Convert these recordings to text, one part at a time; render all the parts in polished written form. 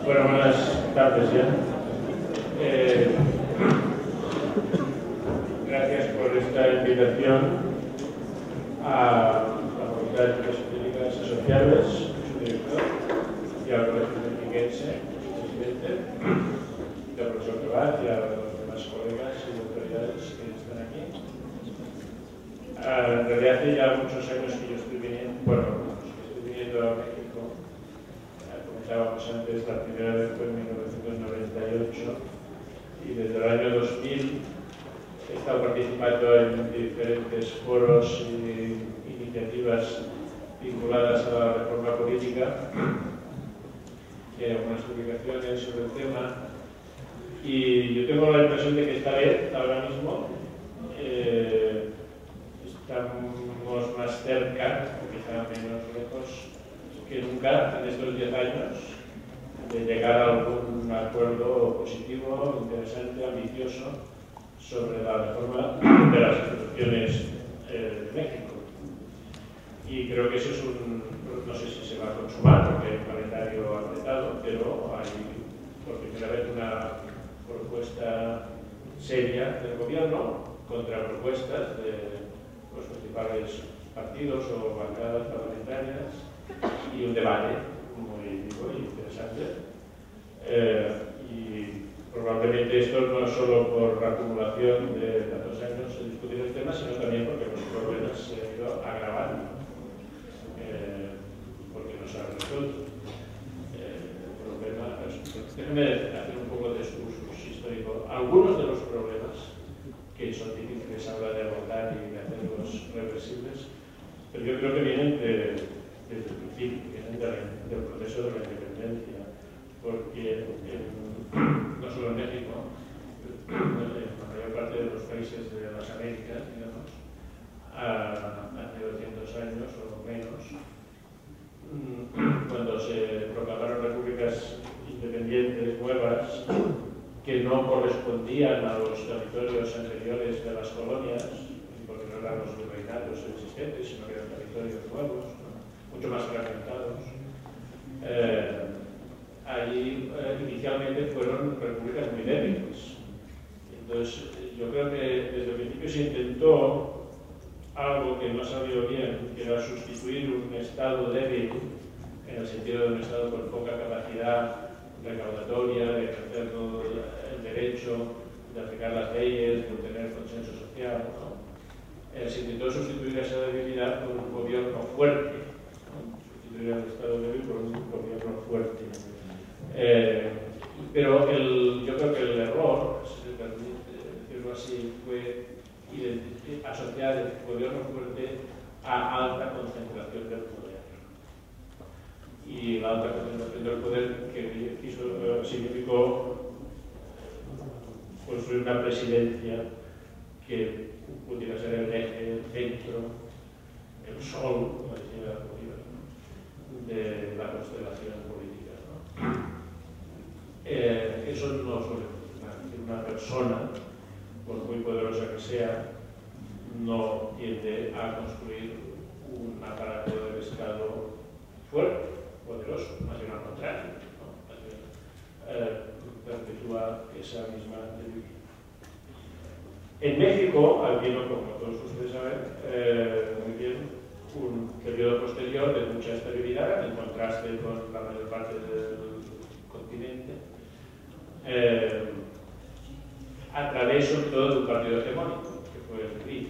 Bueno, buenas tardes ya. Gracias por esta invitación a la Facultad de Ciencias Políticas y Sociales, su director, y al Colegio Mexiquense, presidente, y al profesor Tobat y a los demás colegas y autoridades que están aquí. En realidad hace ya muchos años que yo estoy viniendo, a México. Comentábamos antes, la primera vez fue en 1998 y desde el año 2000 he estado participando en diferentes foros y iniciativas vinculadas a la reforma política y hay algunas publicaciones sobre el tema, y yo tengo la impresión de que esta vez, ahora mismo, estamos más cerca, o quizá menos lejos que nunca en estos 10 años, de llegar a algún acuerdo positivo, interesante, ambicioso sobre la reforma de las instituciones de México. Y creo que eso es no sé si se va a consumar porque hay un calendario apretado, pero hay por primera vez una propuesta seria del gobierno contra propuestas de los principales partidos o bancadas parlamentarias y un debate muy vivo y interesante. Y probablemente esto no es solo por la acumulación de tantos años de discutir el tema, sino también porque los problemas se han ido agravando, porque no se han resuelto. Déjenme hacer un poco de excursus histórico. Algunos de los problemas que son difíciles ahora de abordar y de hacerlos reversibles, pero yo creo que vienen desde el principio, vienen del proceso de la independencia, porque no solo en México, en la mayor parte de los países de las Américas, digamos, hace 200 años o menos, cuando se proclamaron repúblicas independientes nuevas que no correspondían a los territorios anteriores de las colonias, porque no eran los virreinatos existentes, sino que eran territorios nuevos, mucho más fragmentados. Allí inicialmente fueron repúblicas muy débiles. Entonces, yo creo que desde el principio se intentó algo que no ha salido bien, que era sustituir un Estado débil, en el sentido de un Estado con poca capacidad recaudatoria, de ejercer todo el derecho, de aplicar las leyes, de obtener consenso social, ¿no? Se intentó sustituir esa debilidad por un gobierno fuerte, ¿no? Sustituir al Estado débil por un gobierno fuerte. Pero yo creo que el error, si se permite decirlo así, fue asociar el gobierno fuerte a alta concentración del poder. Y la alta concentración del poder que significó construir una presidencia que pudiera ser el eje, el centro, el sol, como decía Bolívar, ¿no?, de la constelación política, ¿no? Eso no suele funcionar. Una persona, por muy poderosa que sea, no tiende a construir un aparato del Estado fuerte, poderoso, más bien al contrario, ¿no? Más bien perpetúa esa misma debilidad. En México vino, como todos ustedes saben muy bien, un periodo posterior de mucha estabilidad, en contraste con la mayor parte del continente, a través sobre todo de un partido hegemónico, que fue el PRI.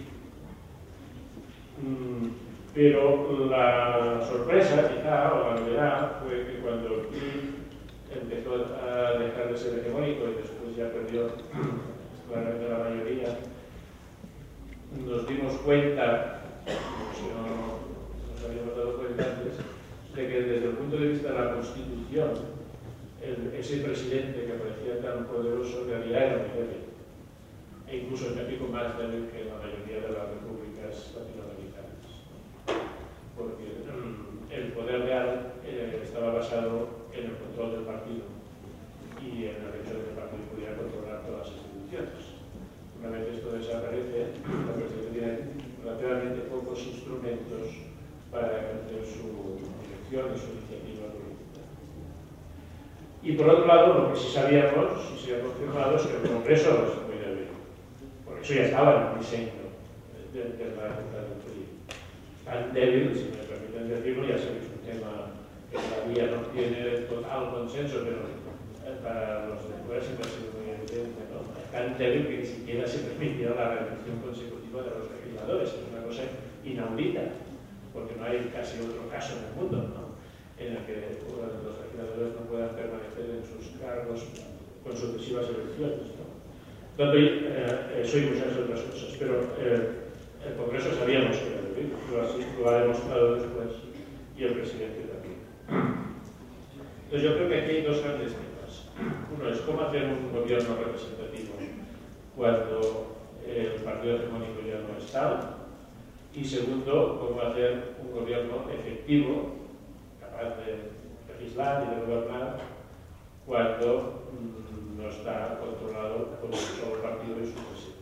Pero la sorpresa, quizá, o la novedad, fue que cuando el PRI empezó a dejar de ser hegemónico y después ya perdió claramente la mayoría, nos dimos cuenta, si no nos habíamos dado cuenta antes, de que desde el punto de vista de la Constitución, ese presidente que parecía tan poderoso en realidad era muy débil, e incluso en México más débil que en la mayoría de las repúblicas latinoamericanas, porque el poder real estaba basado en el control del partido y en el hecho de que el partido pudiera controlar todas las instituciones. Una vez esto desaparece, la presidencia tiene relativamente pocos instrumentos para ejercer su dirección y su iniciativa política. Y por otro lado, lo que sí sabíamos, y se ha confirmado, es que el Congreso es muy débil. Por eso ya estaba en el diseño de la Junta del PRI. Tan débil, si me permiten decirlo, ya sé que es un tema que todavía no tiene total consenso, pero para los de fuera siempre ha sido muy evidente, ¿no? Tan débil que ni siquiera se permitía la reelección consecutiva de los legisladores, que es una cosa inaudita, porque no hay casi otro caso en el mundo, ¿no? En el que los legisladores no puedan permanecer en sus cargos con sucesivas elecciones, ¿no? Tanto soy muchas otras cosas, pero el Congreso sabíamos que era débil, lo ha demostrado después, y el presidente también. Entonces yo creo que aquí hay dos grandes temas. Uno es cómo hacer un gobierno representativo cuando el partido hegemónico ya no está, y segundo, cómo hacer un gobierno efectivo, capaz de legislar y de gobernar cuando no está controlado por un solo partido y su presidente.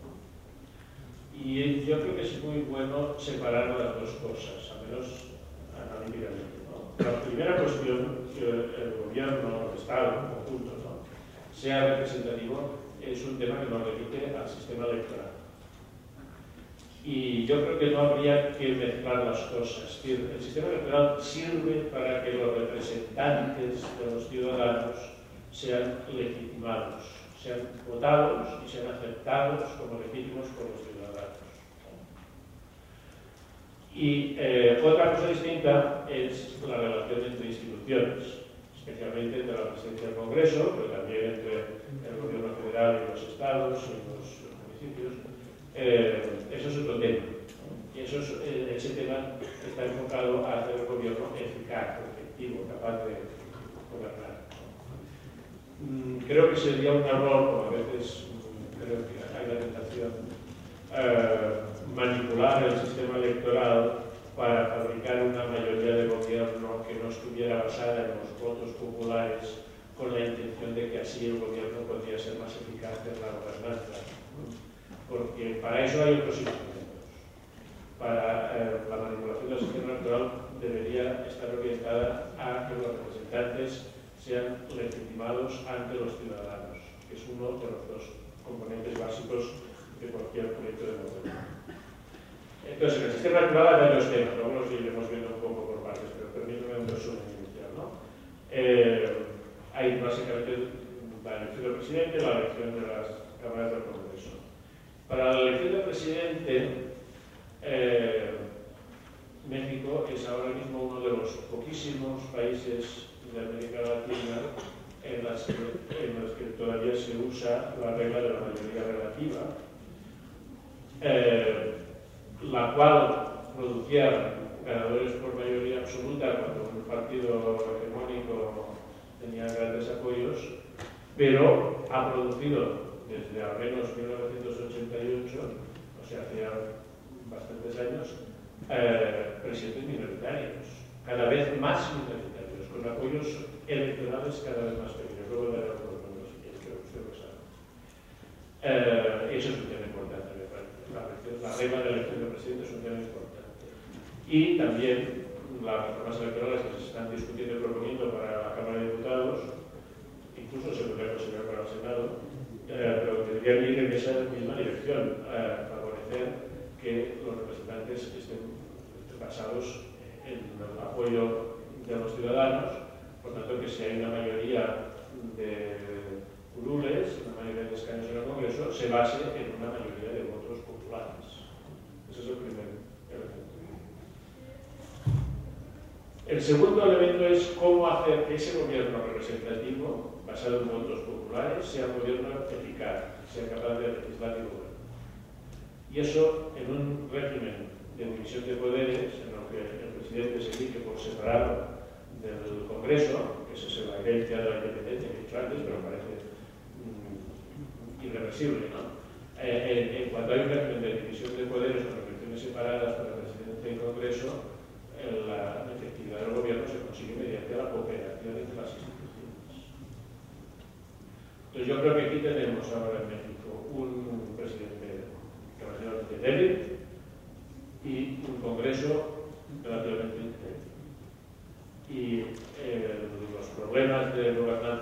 Y yo creo que es muy bueno separar las dos cosas, al menos analíticamente, ¿no? La primera cuestión, que el gobierno, el Estado, en conjunto, ¿no?, sea representativo, es un tema que nos remite al sistema electoral. Y yo creo que no habría que mezclar las cosas. Es decir, el sistema electoral sirve para que los representantes de los ciudadanos sean legitimados, sean votados y sean aceptados como legítimos por los ciudadanos. Y otra cosa distinta es la relación entre instituciones, especialmente entre la presidencia del Congreso, pero también entre el gobierno federal y los estados y los municipios. Eso es otro tema, ¿no? Y ese tema está enfocado a hacer un gobierno eficaz, efectivo, capaz de gobernar, ¿no? Creo que sería un error, como a veces creo que hay la tentación, manipular el sistema electoral para fabricar una mayoría de gobierno que no estuviera basada en los votos populares, con la intención de que así el gobierno podría ser más eficaz en la gobernanza. Porque para eso hay otros instrumentos. Para la manipulación del sistema electoral debería estar orientada a que los representantes sean legitimados ante los ciudadanos, que es uno de los dos componentes básicos de cualquier proyecto de gobierno. Entonces, en el sistema electoral hay varios temas, luego los iremos viendo un poco por partes, pero permítame un resumen inicial, ¿no? Hay básicamente la elección del presidente y la elección de las cámaras del Congreso. Para la elección del presidente, México es ahora mismo uno de los poquísimos países de América Latina en los que todavía se usa la regla de la mayoría relativa, la cual producía ganadores por mayoría absoluta cuando un partido hegemónico tenía grandes apoyos, pero ha producido desde al menos 1988, o sea, hacía bastantes años, presidentes minoritarios, cada vez más minoritarios, con apoyos electorales cada vez más pequeños. Luego daré algunos números, si quieres, que usted lo sabe. Eso es un tema importante, me parece. La regla de elección del presidente es un tema importante. Y también las reformas electorales que se están discutiendo y proponiendo para la Cámara de Diputados, incluso se podría considerar para el Senado, pero tendrían que ir en esa misma dirección, favorecer que los representantes estén basados en el apoyo de los ciudadanos, por tanto que si hay una mayoría de curules, una mayoría de escaños en el Congreso, se base en una mayoría de votos populares. Ese es el primer elemento. El segundo elemento es cómo hacer que ese gobierno representativo, basado en votos populares, sea un gobierno eficaz, sea capaz de legislar y gobernar. Y eso en un régimen de división de poderes, en el que el presidente se elige por separado del Congreso, que eso es la herencia de la independencia que he dicho antes, pero parece irreversible, ¿no? En cuanto hay un régimen de división de poderes con elecciones separadas para presidencia y Congreso, la efectividad del gobierno se consigue mediante la cooperación entre las instituciones. Entonces yo creo que aquí tenemos ahora en México un presidente relativamente débil y un Congreso relativamente débil. Y los problemas de gobernanza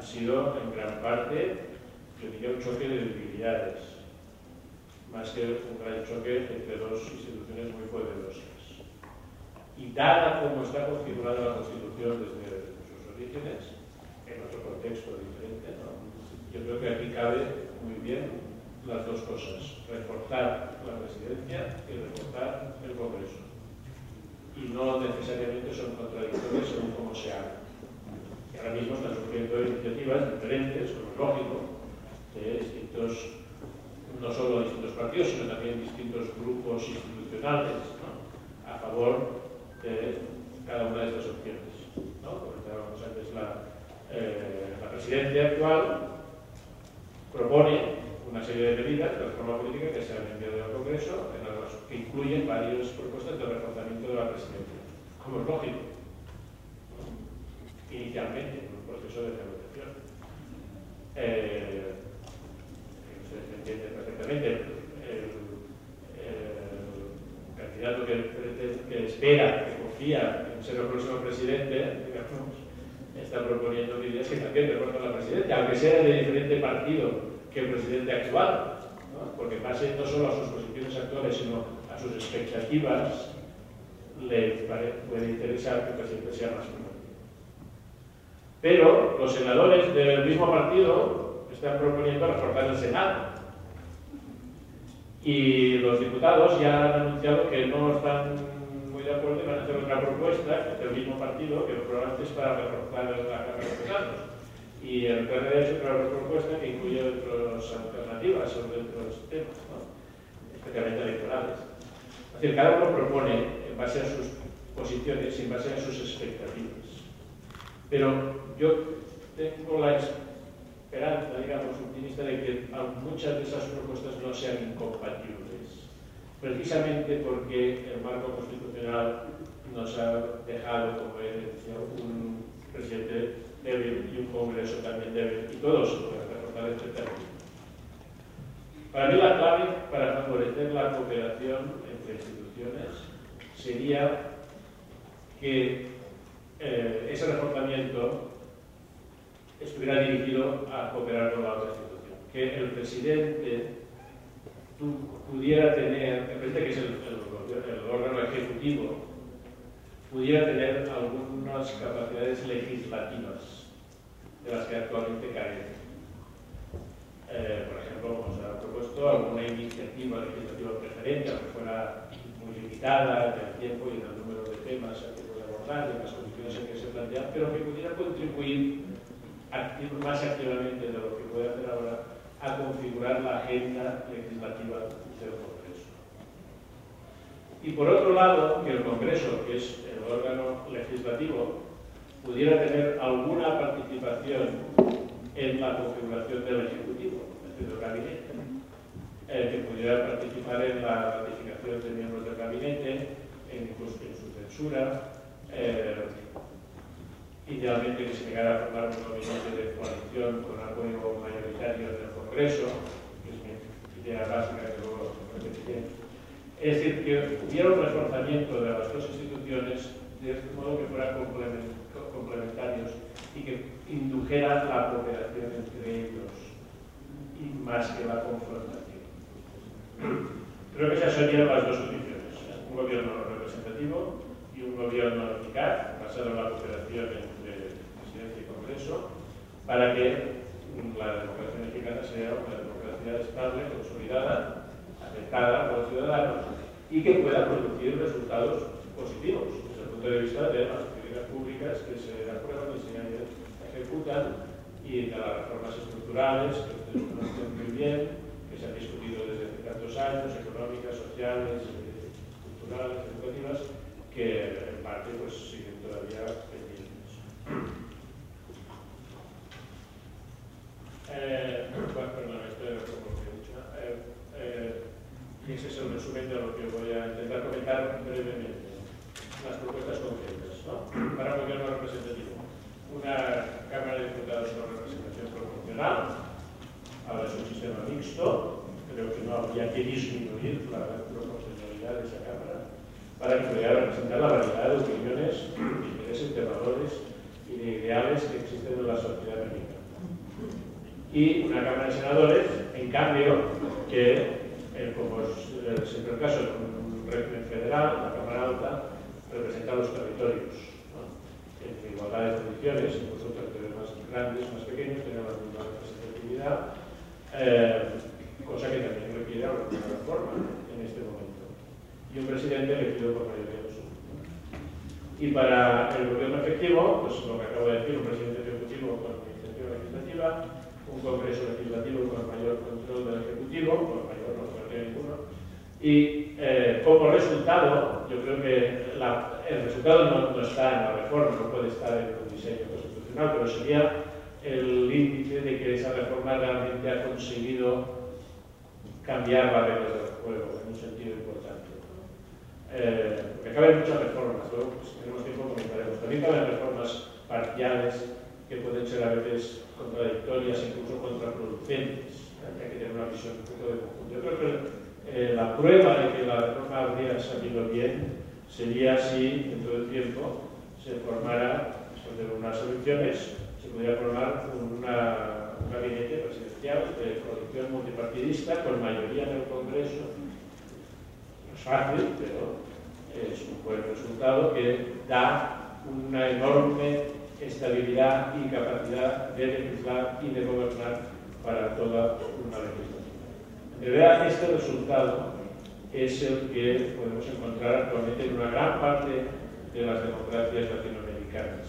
sido en gran parte, yo diría, un choque de debilidades, más que un gran choque entre dos instituciones muy poderosas. Y dada como está configurada la Constitución desde sus orígenes, en otro contexto diferente, ¿no? Yo creo que aquí cabe muy bien las dos cosas, reforzar la presidencia y reforzar el Congreso. Y no necesariamente son contradictorios según cómo se haga. Y ahora mismo están surgiendo iniciativas diferentes, como es lógico, de distintos, no solo distintos partidos, sino también distintos grupos institucionales, ¿no?, a favor de cada una de estas opciones, ¿no? Comentábamos antes, la presidencia actual propone una serie de medidas de reforma política que se han enviado al Congreso, que incluyen varias propuestas de reforzamiento de la presidencia, como es lógico, ¿no?, inicialmente, en un proceso de negociación. Se entiende perfectamente. El candidato que espera, que confía en ser el próximo presidente, digamos, está proponiendo medidas que también refuerzan la presidencia, aunque sea de diferente partido que el presidente actual, ¿no?, porque en base no solo a sus posiciones actuales, sino a sus expectativas, le puede interesar que el presidente sea más fuerte. Pero los senadores del mismo partido están proponiendo reforzar el Senado. Y los diputados ya han anunciado que no están muy de acuerdo y van a hacer otra propuesta del mismo partido que probablemente es para reforzar la Cámara de Diputados. Y el PRD ha hecho otra propuesta que incluye otras alternativas sobre otros temas, ¿no?, especialmente electorales. Es decir, cada uno propone en base a sus posiciones y en base a sus expectativas. Pero yo tengo la esperanza, digamos, optimista de que muchas de esas propuestas no sean incompatibles, precisamente porque el marco constitucional nos ha dejado, como he dicho, un presidente débil y un Congreso también débil, y todos se pueden reforzar este término. Para mí la clave para favorecer la cooperación entre instituciones sería que ese reforzamiento estuviera dirigido a cooperar con la otra institución, que el presidente pudiera tener, el presidente, que es el órgano ejecutivo, pudiera tener algunas capacidades legislativas de las que actualmente carece. Por ejemplo, como se ha propuesto, alguna iniciativa legislativa preferente, aunque fuera muy limitada en el tiempo y en el número de temas que puede abordar, en las condiciones en que se plantean, pero que pudiera contribuir más activamente de lo que puede hacer ahora a configurar la agenda legislativa del Congreso. Y por otro lado, que el Congreso, que es el órgano legislativo, pudiera tener alguna participación en la configuración del Ejecutivo, es decir, del gabinete, que pudiera participar en la ratificación de miembros del gabinete, incluso en su censura, idealmente que se llegara a formar un gabinete de coalición con apoyo mayoritario del Congreso, que es mi idea básica que luego repetiré. Es decir, que hubiera un reforzamiento de las dos instituciones de modo que fueran complementarios y que indujeran la cooperación entre ellos y más que la confrontación. Creo que esas serían las dos condiciones: un gobierno representativo y un gobierno eficaz, basado en la cooperación entre presidencia y Congreso, para que la democracia mexicana sea una democracia estable, consolidada, aceptada por los ciudadanos y que pueda producir resultados positivos desde el punto de vista de las políticas públicas que se aprueban y se ejecutan y de las reformas estructurales que ustedes conocen muy bien, que se han discutido desde hace tantos años, económicas, sociales, culturales, educativas, que en parte pues siguen todavía pendientes. Perdón, esto era como que he dicho. Y ese es el resumen de lo que voy a intentar comentar brevemente. Las propuestas concretas, ¿no? Para un gobierno representativo. Una Cámara de Diputados con representación proporcional, ahora es un sistema mixto, creo que no habría que disminuir la proporcionalidad de esa Cámara, para que pudiera representar la variedad de opiniones, de intereses, de valores y de ideales que existen en la sociedad mexicana. Y una Cámara de Senadores, en cambio, que, como es siempre el caso, un régimen federal, la Cámara Alta, representa los territorios, ¿no? En igualdad de condiciones, incluso territorios más grandes, más pequeños, tienen la misma representatividad, cosa que también requiere alguna reforma en este momento. Y un presidente elegido por mayoría absoluta. Y para el gobierno efectivo, pues lo que acabo de decir, un presidente ejecutivo con iniciativa legislativa, un congreso legislativo con mayor control del ejecutivo, con mayor no tiene ninguno, y como resultado, yo creo que el resultado no está en la reforma, no puede estar en un diseño constitucional, pero sería el índice de que esa reforma realmente ha conseguido cambiar las reglas del juego en un sentido importante. Porque caben muchas reformas, luego si tenemos tiempo comentaremos. También caben reformas parciales que pueden ser a veces contradictorias, incluso contraproducentes. Hay que tener una visión un poco de conjunto. Yo creo que la prueba de que la reforma habría salido bien sería si dentro del tiempo se formara, después de unas elecciones, se pudiera formar un gabinete presidencial de coalición multipartidista con mayoría en el Congreso. No es fácil, pero es un buen resultado que da una enorme estabilidad y capacidad de legislar y de gobernar para toda una legislatura. De verdad, este resultado es el que podemos encontrar actualmente en una gran parte de las democracias latinoamericanas.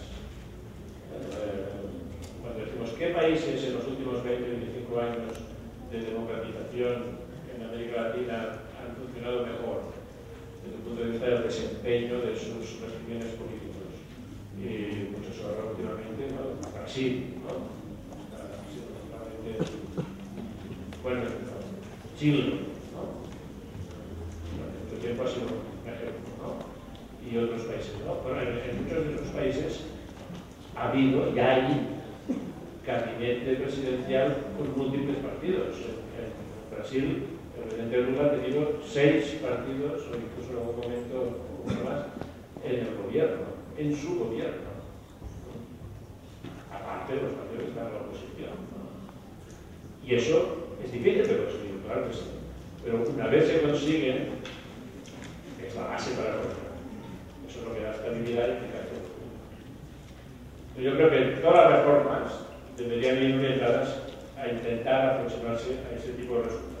Cuando decimos qué países en los últimos 20-25 años de democratización en América Latina han funcionado mejor desde el punto de vista del desempeño de sus regímenes políticos, y muchos ahora últimamente, ¿no? Brasil, ¿no? Bueno, Chile, ¿no? Durante mucho tiempo ha sido un ejemplo, ¿no? Y otros países, ¿no? Bueno, en muchos de esos países ha habido y hay gabinete presidencial con múltiples partidos. En Brasil, el presidente Lula ha tenido 6 partidos, o incluso en algún momento uno más, en el gobierno, en su gobierno. Aparte de los partidos que están en la oposición, ¿no? Y eso es difícil de conseguir, claro que sí. Pero una vez se consigue, es la base para gobernar. Eso es lo que da estabilidad y eficacia. Yo creo que todas las reformas deberían ir orientadas a intentar aproximarse a ese tipo de resultados.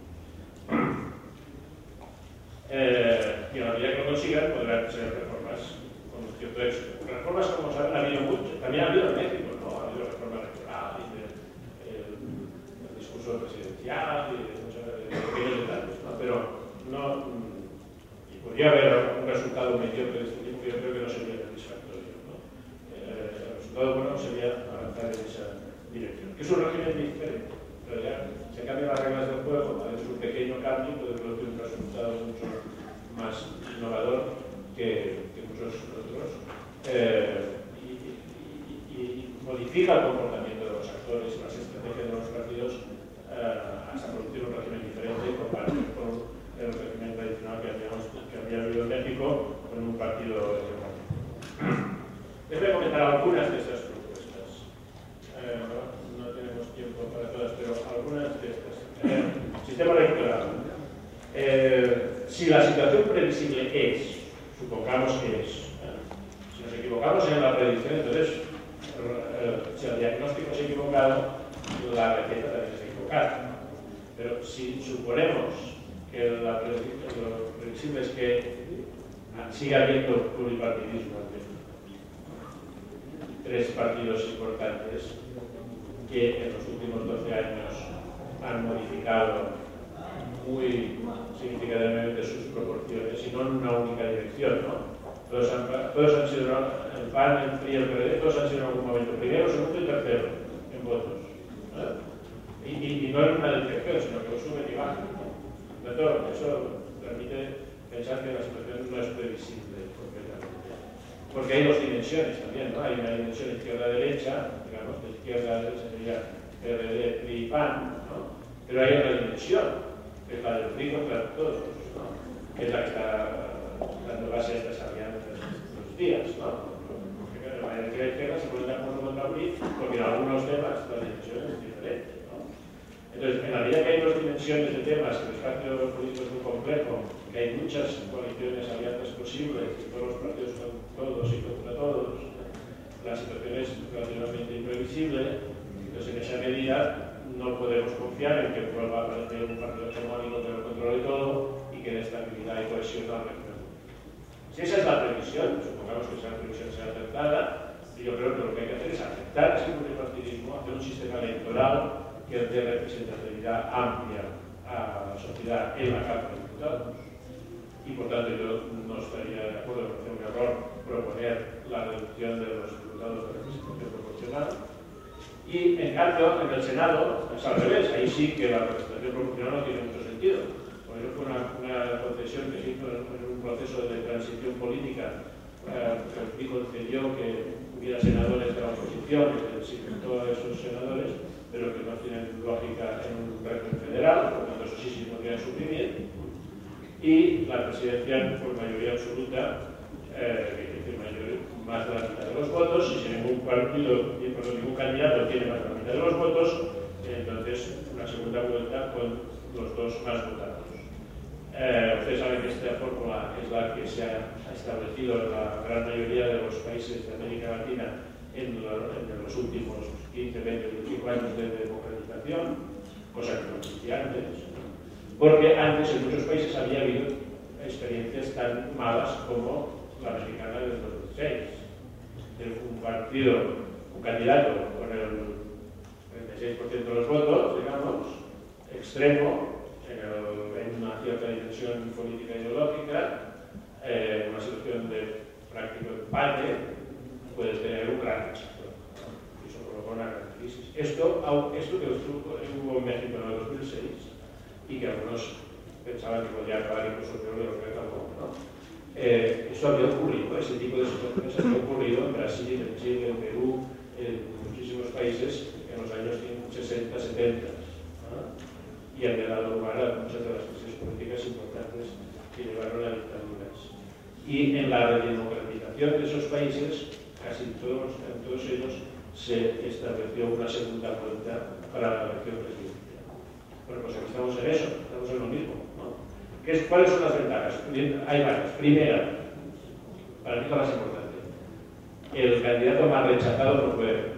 Y a la medida que lo consigan, podrán ser reformas con cierto éxito. Reformas, como saben, ha habido muchas. También ha habido en México, ¿no? Ha habido reforma electoral y el discurso presidencial y de muchos pequeños detalles, ¿no? Pero no. Y podría haber un resultado mediocre de este tipo que yo creo que no sería satisfactorio, ¿no? El resultado bueno sería avanzar en esa dirección. Que es un régimen diferente. En realidad, se cambian las reglas del juego, es un pequeño cambio y puede producir un resultado mucho más innovador que muchos otros. Y modifica el comportamiento de los actores, las estrategias de los partidos, hasta producir un régimen diferente comparado con el régimen tradicional que había habido en México con un partido hegemónico. Les voy a comentar algunas de estas propuestas. No tenemos tiempo para todas, pero algunas de estas. Sistema electoral. Si la situación previsible es, supongamos que es, si nos equivocamos en la predicción, entonces, si el diagnóstico es equivocado, la receta también es equivocada. Pero si suponemos que lo previsible es que siga habiendo pluripartidismo, 3 partidos importantes que en los últimos 12 años han modificado muy significativamente sus proporciones y no en una única dirección, ¿no? Todos han sido, el PAN, el PRI y el PRD, todos han sido en algún momento primero, segundo y tercero en votos, ¿no? Y no en una dirección, sino que lo suben y bajan, ¿no? Entonces, eso permite pensar que la situación no es previsible completamente. Porque hay 2 dimensiones también, ¿no? Hay una dimensión izquierda-derecha, digamos, de izquierda a derecha sería PRD, PRI y PAN, ¿no? Pero hay otra dimensión, que es la del PRI contra todos, ¿no? Que es la que está dando base a estas alianzas estos días, ¿no? Porque la izquierda se pone de acuerdo contra el PRI, porque en algunos temas la dimensión Entonces, en la medida que hay dos dimensiones de temas, que el espacio político es muy complejo, que hay muchas coaliciones abiertas posibles, y todos los partidos son todos y contra todos, la situación es relativamente imprevisible. Entonces, en esa medida, no podemos confiar en que vuelva a aparecer un partido hegemónico que lo controle todo y que dé estabilidad y cohesión al referéndum. Si esa es la previsión, supongamos que esa previsión sea acertada, yo creo que lo que hay que hacer es aceptar ese multipartidismo, hacer un sistema electoral que dé representatividad amplia a la sociedad en la Cámara de Diputados. Y por tanto yo no estaría de acuerdo con hacer un error proponer la reducción de los diputados de representación proporcional. Y en cambio, en el Senado es al revés, ahí sí que la representación proporcional no tiene mucho sentido. Por eso fue una concesión que se hizo en un proceso de transición política que concedió que hubiera senadores de la oposición, que se inventó a esos senadores, pero que no tienen lógica en un régimen federal, por lo tanto eso sí se podría suprimir. Y la presidencia por mayoría absoluta, más de la mitad de los votos, y si ningún partido, ningún candidato tiene más de la mitad de los votos, entonces una segunda vuelta con los dos más votados. Ustedes saben que esta fórmula es la que se ha establecido en la gran mayoría de los países de América Latina en los últimos 15, 20, 25 años de democratización, cosa que no existía antes, porque antes en muchos países había habido experiencias tan malas como la mexicana del 2006. Un candidato con el 36% de los votos, digamos, extremo, en una cierta dimensión política ideológica, una situación de práctico empate, puedes tener un gran rechazo. Y eso provocó una gran crisis. Esto que hubo en México en el 2006 y que algunos pensaban que podría acabar incluso peor de lo que acabó, ¿no? Esto había ocurrido, ese tipo de situaciones había ocurrido en Brasil, en Chile, en Perú, en muchísimos países en los años 60, 70, ¿no? Y había dado lugar a muchas de las crisis políticas importantes que llevaron a dictaduras. Y en la redemocratización de esos países, casi en todos ellos, se estableció una segunda vuelta para la elección presidencial. Bueno, pues aquí estamos en eso, estamos en lo mismo, ¿no? ¿Cuáles son las ventajas? Hay varias. Primera, para mí la más importante, el candidato más rechazado no puede ganar.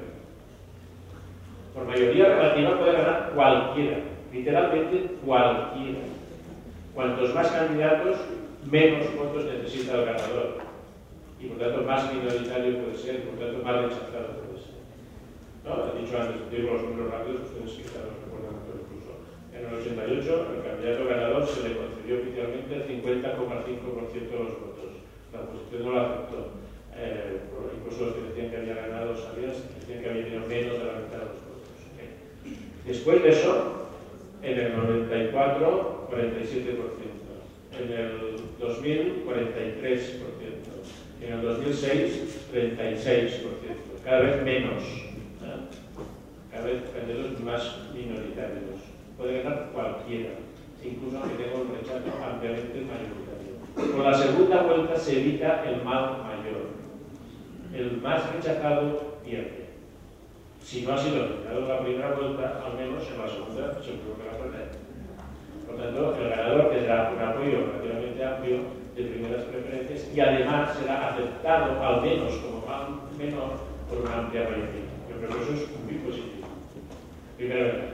Por mayoría relativa puede ganar cualquiera, literalmente cualquiera. Cuantos más candidatos, menos votos necesita el ganador. Y por tanto más minoritario puede ser, y por tanto más rechazado puede ser. ¿No? He dicho antes, digo los números rápidos, ustedes quizás los recuerdan mejor incluso. En el 88, el candidato ganador se le concedió oficialmente el 50,5% de los votos. La oposición no lo aceptó. Incluso los que decían que había ganado salidas decían que había tenido menos de la mitad de los votos. Después de eso, en el 94, 47%. En el 2000, 43%. En el 2006, 36%. Cada vez menos. Cada vez candidatos más minoritarios. Puede ganar cualquiera, incluso aunque tenga un rechazo ampliamente mayoritario. Con la segunda vuelta se evita el mal mayor. El más rechazado pierde. Si no ha sido eliminado en la primera vuelta, al menos en la segunda seguro que va a perder. Por tanto, el ganador tendrá un apoyo relativamente amplio de primeras preferencias y además será aceptado, al menos como mal menor, por una amplia mayoría. Yo creo que eso es muy positivo. Primera ventaja.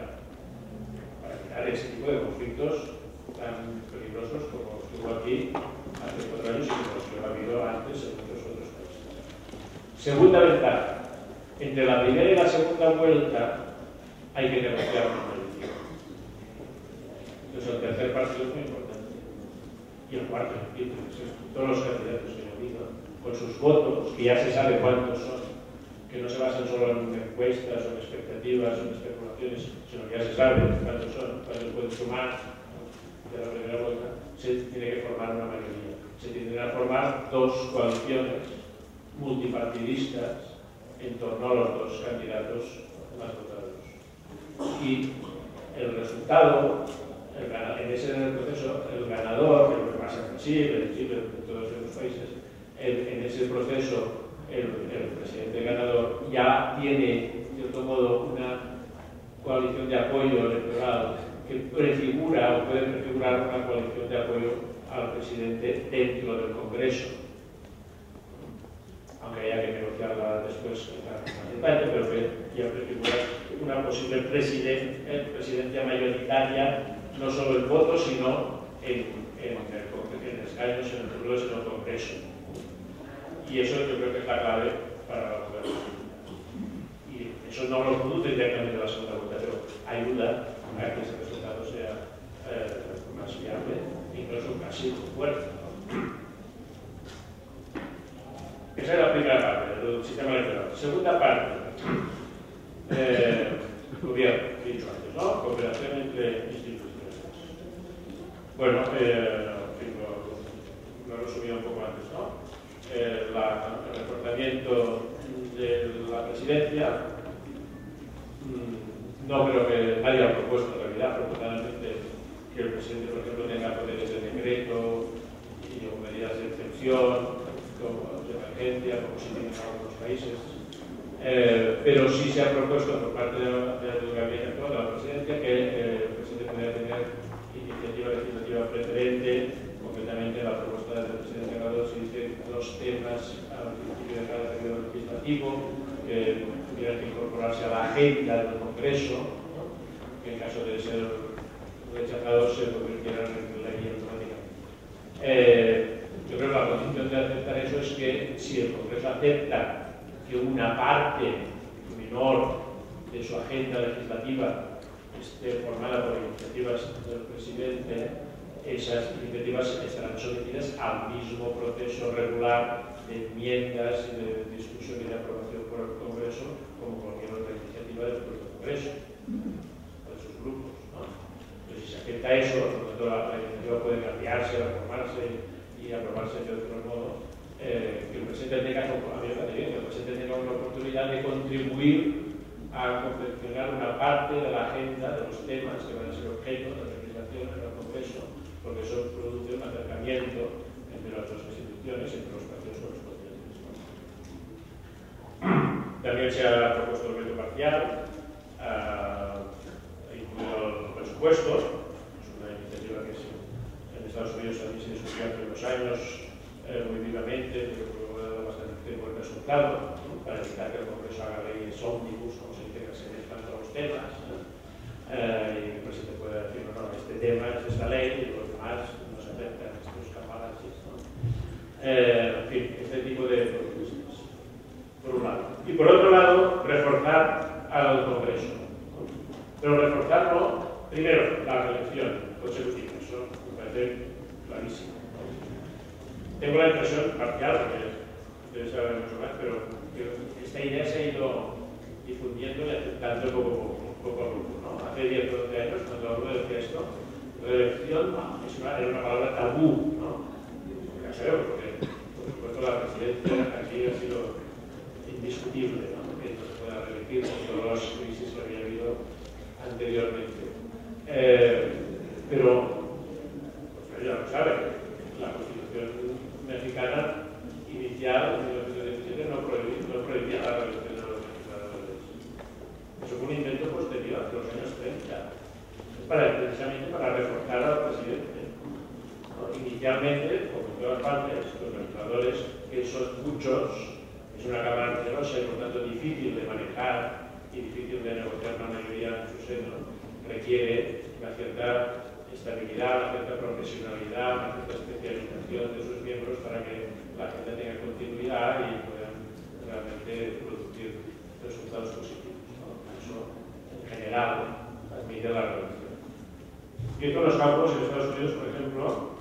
Ese tipo de conflictos tan peligrosos como estuvo aquí hace 4 años y como los que ha habido antes en muchos otros países. Segunda ventaja. Entre la primera y la segunda vuelta hay que negociar una mayoría. Entonces el tercer partido es muy importante. Y el cuarto, todos los candidatos que han habido, con sus votos, que ya se sabe cuántos son, que no se basan solo en encuestas o en expectativas o en especulaciones, sino que ya se sabe cuántos son, cuántos pueden sumar de la primera vuelta, se tiene que formar una mayoría. Se tendrán que formar dos coaliciones multipartidistas en torno a los dos candidatos más votados. Y el resultado, en ese proceso, el ganador, que es lo que pasa en Chile, en todos los países, en ese proceso el presidente ganador ya tiene, de cierto modo, una coalición de apoyo electoral que prefigura o puede prefigurar una coalición de apoyo al presidente dentro del Congreso, aunque haya que negociarla después en detalle, pero que ya prefigura una posible presidencia mayoritaria, no solo en votos, sino en escaños, en el Congreso. Y eso yo creo que es la clave para la gobernación. Y eso no lo produce directamente la segunda vuelta, pero ayuda a que ese resultado sea más viable, incluso casi fuerte, ¿no? Esa es la primera parte del sistema electoral. Segunda parte, gobierno, dicho antes, ¿no? Cooperación entre instituciones. Bueno, lo he resumido un poco antes, ¿no? El reforzamiento de la presidencia, no creo que nadie ha propuesto en realidad, afortunadamente, que el presidente, por ejemplo, tenga poderes de decreto y o medidas de excepción, como de emergencia, como se tiene en algunos países. Pero sí se ha propuesto por parte del gabinete actual de la presidencia que el presidente pudiera tener iniciativa legislativa preferente. Concretamente, la propuesta del presidente Calderón se dice dos temas al principio de cada periodo legislativo que tuvieran que incorporarse a la agenda del Congreso, ¿no? Que en caso de ser rechazados se convirtieran en ley automática. Yo creo que la condición de aceptar eso es que si el Congreso acepta que una parte menor de su agenda legislativa esté formada por iniciativas del presidente, esas iniciativas estarán sometidas al mismo proceso regular de enmiendas y de discusión y de aprobación por el Congreso como cualquier otra iniciativa del propio Congreso o de sus grupos, ¿no? Entonces, si se acepta eso, por lo tanto la iniciativa puede cambiarse, reformarse y aprobarse de otro modo, que el presidente tenga una oportunidad de contribuir a confeccionar una parte de la agenda de los temas que van a ser objeto de legislación en el Congreso, porque eso produce un acercamiento entre las dos instituciones, entre los partidos correspondientes. También se ha propuesto el veto parcial, incluido los presupuestos. Es una iniciativa que en Estados Unidos también se discutió hace unos años muy vivamente, pero luego ha dado bastante buen resultado, ¿no? Para evitar que el Congreso haga leyes ómnibus, como se dice, que se mezclan todos los temas, ¿no? Y el presidente puede decir, no, este tema es esta ley y los demás no se aceptan estos camaradas, ¿no? En fin, este tipo de propuestas, por un lado. Y por otro lado, reforzar al Congreso, ¿no? Pero reforzarlo, primero, la reelección consecutiva, eso me parece clarísimo, ¿no? Tengo la impresión parcial, porque ustedes saben mucho más, pero esta idea se ha ido difundiendo y aceptando poco a poco, ¿no? Hace 10 o 12 años, cuando hablo de esto, reelección era una palabra tabú, ¿no? Ya sabemos, porque por supuesto la presidencia aquí ha sido indiscutible, ¿no? Que no se pueda reelegir con todas las crisis que había habido anteriormente. Pero ya lo saben, la Constitución mexicana inicial en 1917 no prohibía la reelección de los legisladores. Eso fue un invento posterior, de los años 30, precisamente para reforzar al presidente, ¿no? Inicialmente, como en todas partes, los legisladores, que son muchos, es una cámara numerosa y por tanto difícil de manejar y difícil de negociar una mayoría en su seno, requiere una cierta estabilidad, una cierta profesionalidad, una cierta especialización de sus miembros para que la gente tenga continuidad y puedan realmente producir resultados positivos, ¿no? Eso, en general, admite la reelección. Y en todos los campos, en Estados Unidos, por ejemplo,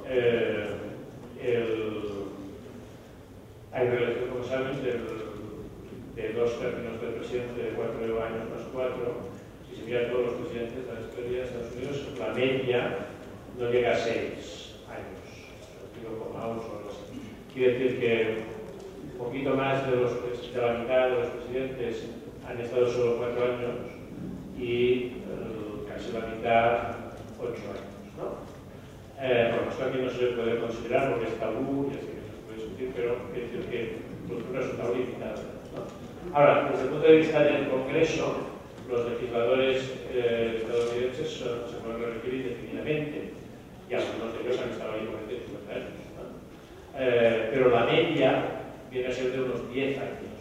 hay reelección, como saben, de 2 términos del presidente de 4 años más 4. Si se miran todos los presidentes de la historia de Estados Unidos, la media no llega a 6 años, 5,8 o algo así. Quiere decir que un poquito más de la mitad de los presidentes han estado solo 4 años y casi la mitad 8 años, ¿no? Bueno, esto aquí no se le puede considerar porque es tabú y así que no se puede discutir, pero quiere decir que es un resultado limitado, ¿no? Ahora, desde el punto de vista del Congreso, los legisladores estadounidenses se pueden reelegir indefinidamente, y algunos de ellos han estado ahí por 50 años, ¿no? Pero la media viene a ser de unos 10 años,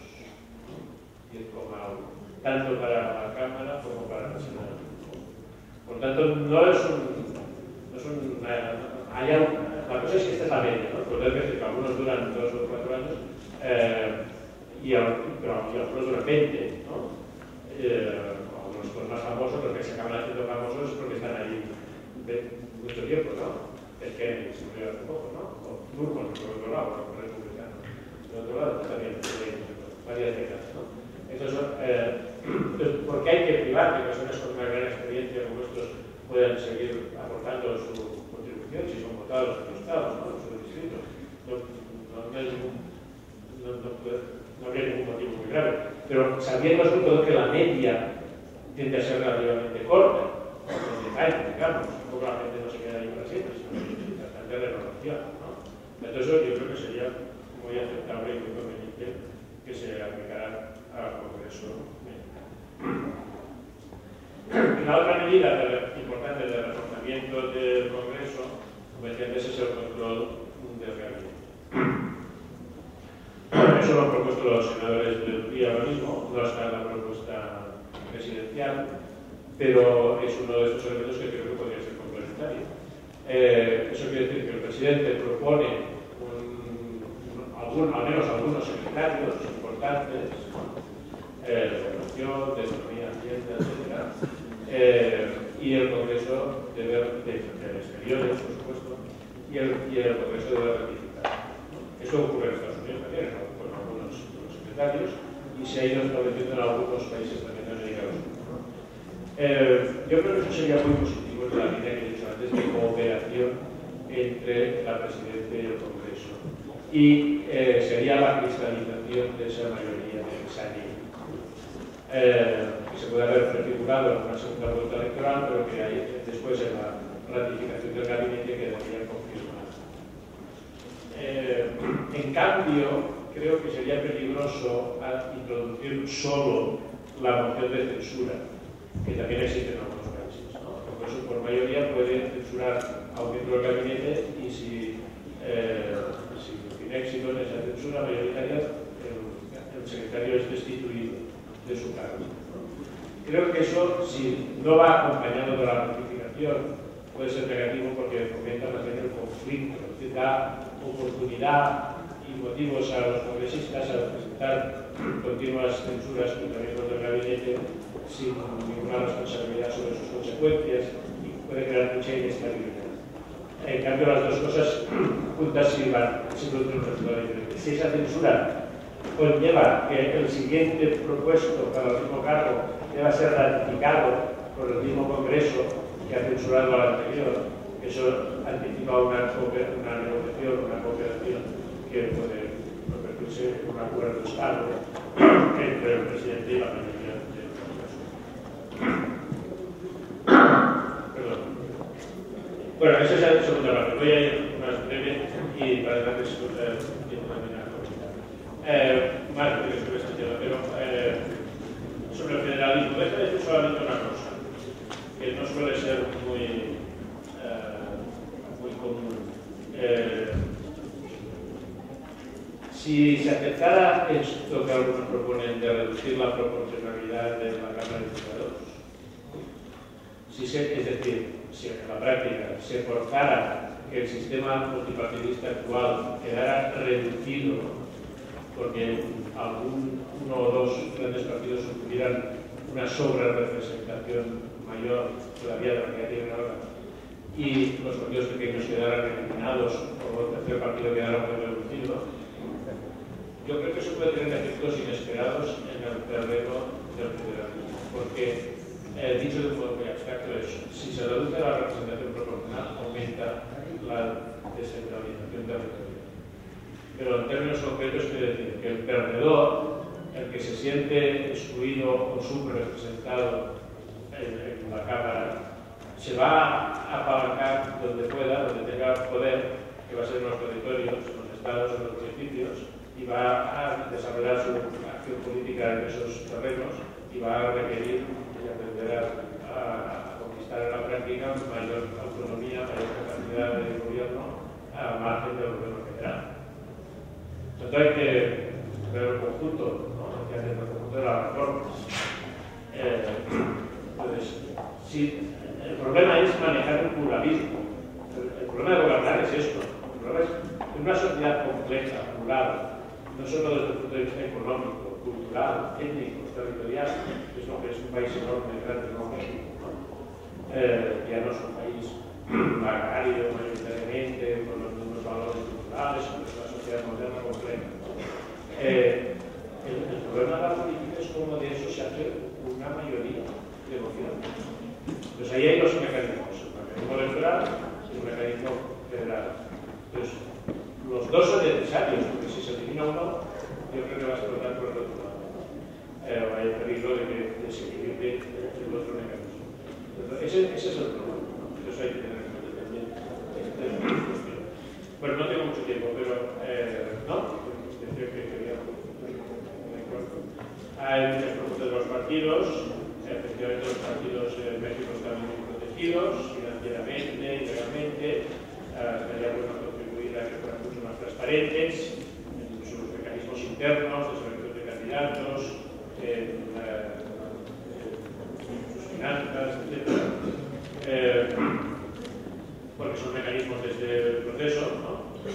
10,1, tanto para la Cámara como para el Senado. Por tanto, no es la cosa es que esta es la media, ¿no? Por decir que algunos duran 2 o 4 años, pero algunos duran 20, ¿no? Algunos son más famosos, los que se acaban haciendo famosos es porque están ahí mucho tiempo, ¿no? El que se murió hace poco, ¿no? O Truman, por otro lado, o republicano. Por otro lado, también varias décadas, ¿no? Entonces, ¿por qué hay que privar que personas con una gran experiencia como estos puedan seguir aportando su contribución si son votados en los estados, ¿no? En su distrito? No habría ningún motivo muy grave. Pero sabiendo sobre todo que la media tiende a ser relativamente corta, en detalle, digamos, tampoco la gente no se queda ahí para siempre, sino que hay bastante renovación, ¿no? Entonces yo creo que sería muy aceptable y muy conveniente que se aplicara al Congreso. La otra medida importante del reforzamiento del Congreso, como decía antes, es el control del gabinete. Eso lo han propuesto los senadores del PRI ahora mismo, no está en la propuesta presidencial, pero es uno de estos elementos que creo que podría ser complementario. Eso quiere decir que el presidente propone al menos algunos secretarios importantes, de Educación, de Economía, Hacienda, etc. Y el Congreso debe, de Exteriores, por supuesto, y el Congreso debe ratificar. Eso ocurre en Estados Unidos también, con algunos de los secretarios, y se ha ido estableciendo en algunos países también americanos. Yo creo que eso sería muy positivo en la línea que he dicho antes de cooperación entre la Presidencia y el Congreso. Y sería la cristalización de esa mayoría necesaria. Que se puede haber prefigurado en una segunda vuelta electoral, pero que hay, después en la ratificación del gabinete quedaría confirmada. En cambio, creo que sería peligroso introducir solo la moción de censura, que también existe en algunos países, ¿no? El Congreso por mayoría puede censurar a un miembro del gabinete y si tiene éxito en esa censura mayoritaria, el secretario es destituido de su cargo, ¿no? Creo que eso, si no va acompañado de la ratificación, puede ser negativo porque fomenta más bien el conflicto, es decir, da oportunidad y motivos a los congresistas a presentar continuas censuras contra miembros del gabinete sin ninguna responsabilidad sobre sus consecuencias y puede crear mucha inestabilidad. En cambio, las dos cosas juntas sí van a producir un resultado diferente. Si esa censura conlleva que el siguiente propuesto para el mismo cargo deba ser ratificado por el mismo Congreso que ha censurado al anterior, eso anticipa una negociación, una cooperación que puede convertirse en un acuerdo estable entre el presidente y la mayoría del Congreso. Perdón. Bueno, esa es la segunda parte. Voy a ir más breve y para darles tiempo también a comentar. Más breve sobre este tema, pero sobre el federalismo. Deja de decir solamente una cosa, que no suele ser muy común. Si se aceptara esto que algunos proponen de reducir la proporcionalidad de la Cámara de Diputados, es decir, si en la práctica se forzara que el sistema multipartidista actual quedara reducido porque uno o dos grandes partidos tuvieran una sobre-representación mayor todavía de la que ya tienen ahora y los partidos pequeños quedaran eliminados o el tercer partido quedara muy reducido, yo creo que eso puede tener efectos inesperados en el terreno del federalismo, porque dicho de un modo muy abstracto es, si se reduce la representación proporcional, aumenta la descentralización territorial. Pero en términos concretos quiere decir que el perdedor, el que se siente excluido o subrepresentado en la Cámara, se va a apalancar donde pueda, donde tenga poder, que va a ser en los territorios, en los estados, en los municipios, y va a desarrollar su acción política en esos terrenos y va a requerir volver a conquistar en la práctica mayor autonomía, mayor capacidad de gobierno a margen del gobierno federal. Entonces hay que ver el conjunto, ¿no? Hay que hacer el conjunto de las reformas. Entonces, sí, el problema es manejar el pluralismo. El problema de gobernar es esto. El problema es una sociedad compleja, plural, no solo desde el punto de vista económico, cultural, étnico, territorial, que es lo que es un país enorme, grande como México, ¿no? Ya no es un país agrario mayoritariamente, con los mismos valores culturales, sino es una sociedad moderna compleja. El problema de la política es cómo de eso se hace una mayoría de gobierno. Entonces ahí hay dos mecanismos, el mecanismo electoral y el mecanismo federal. Entonces, los dos son necesarios, porque si se elimina uno, yo creo que va a explotar por el otro lado. Hay peligro de que desequilibre el otro mecanismo. Entonces, ese es el problema, ¿no? Eso hay que tener en cuenta también. Bueno, no tengo mucho tiempo, pero no, decía que quería hay el propósito de los partidos. Efectivamente, los partidos en México están muy protegidos financieramente y legalmente. Sería bueno contribuir a que fueran mucho más transparentes en sus mecanismos internos de selección de candidatos, en sus finanzas, etc. Porque son mecanismos desde el proceso, ¿no?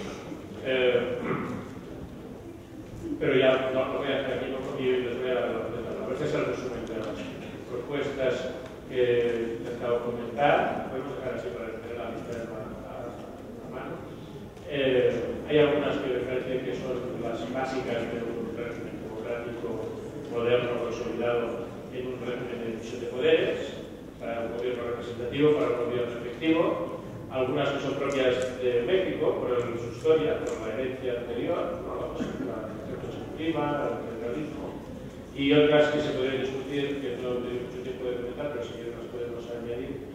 Pero ya no voy a hacer aquí, y les voy a dar la presentación. Este es el resumen de las propuestas que he intentado comentar. Podemos dejar así para tener la lista de a mano. Hay algunas que me parecen que son las básicas de un régimen democrático moderno, consolidado en un régimen de división de poderes, para un gobierno representativo, para un gobierno efectivo. Algunas que son propias de México, por su historia, por la herencia anterior, ¿no? La ejecutiva, el federalismo, y otras que se pueden discutir, que no tengo mucho tiempo de comentar, pero si quieren las podemos añadir,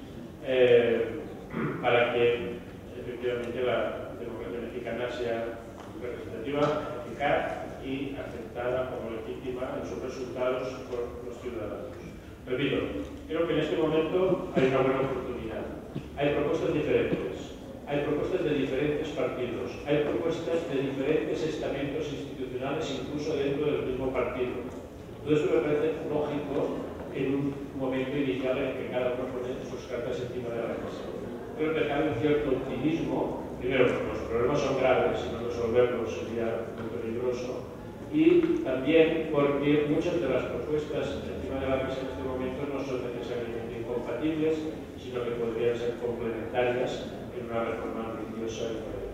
para que efectivamente la democracia mexicana sea representativa, eficaz y aceptada como legítima en sus resultados por los ciudadanos. Repito, creo que en este momento hay una buena oportunidad. Hay propuestas diferentes, hay propuestas de diferentes partidos, hay propuestas de diferentes estamentos institucionales, incluso dentro del mismo partido. Todo eso me parece lógico en un momento inicial en que cada uno pone sus cartas encima de la mesa. Creo que cabe un cierto optimismo, primero porque los problemas son graves y no resolverlos sería muy peligroso, y también porque muchas de las propuestas encima de la mesa en este momento no son necesariamente incompatibles, sino que podrían ser complementarias en una reforma ambiciosa y moderna.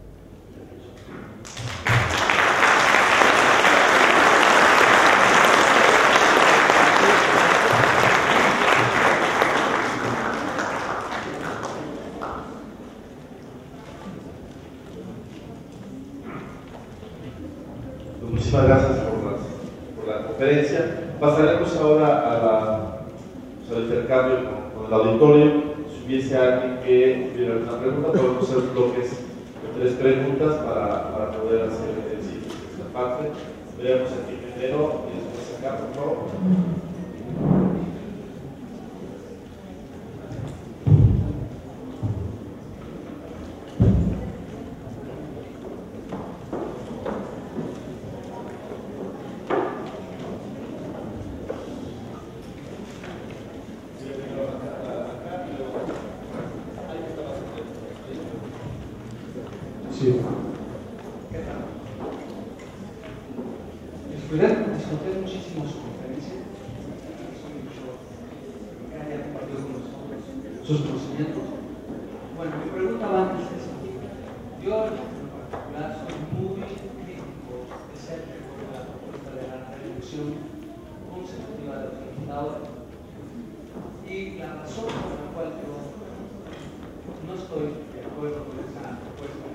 Muchísimas gracias por la conferencia. Pasaremos ahora al intercambio con el auditorio. Si hubiese alguien que tuviera alguna pregunta, podemos hacer bloques de 3 preguntas para poder hacer el sitio de esta parte. Veremos aquí primero y después acá, por favor. Sí. Disfruté muchísimo su conferencia. Que haya compartido con nosotros sus conocimientos. Bueno, mi pregunta va antes de eso. Yo, en particular, soy muy crítico, escéptico de la propuesta de la reducción consecutiva de los legisladores. Y la razón por la cual yo no estoy de acuerdo con esa propuesta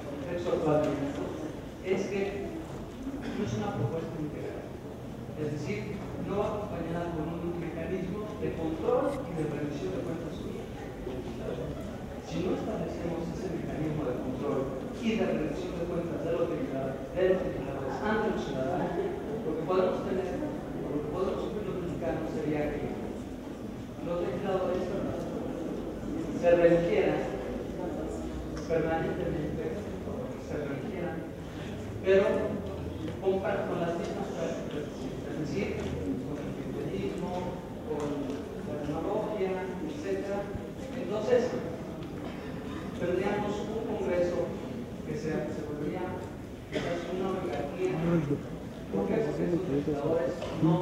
es que no es una propuesta integral, es decir, no va acompañada con un mecanismo de control y de revisión de cuentas públicas. Si no establecemos ese mecanismo de control y de revisión de cuentas de los legisladores ante los ciudadanos, lo que podemos tener, lo que podemos sufrir los mexicanos sería que los legisladores se religieran permanentemente, pero con las mismas prácticas, es decir, con el cristianismo, con la tecnología, etc. Entonces, tendríamos un congreso que se volvería quizás una oligarquía. ¿Por qué? Porque los legisladores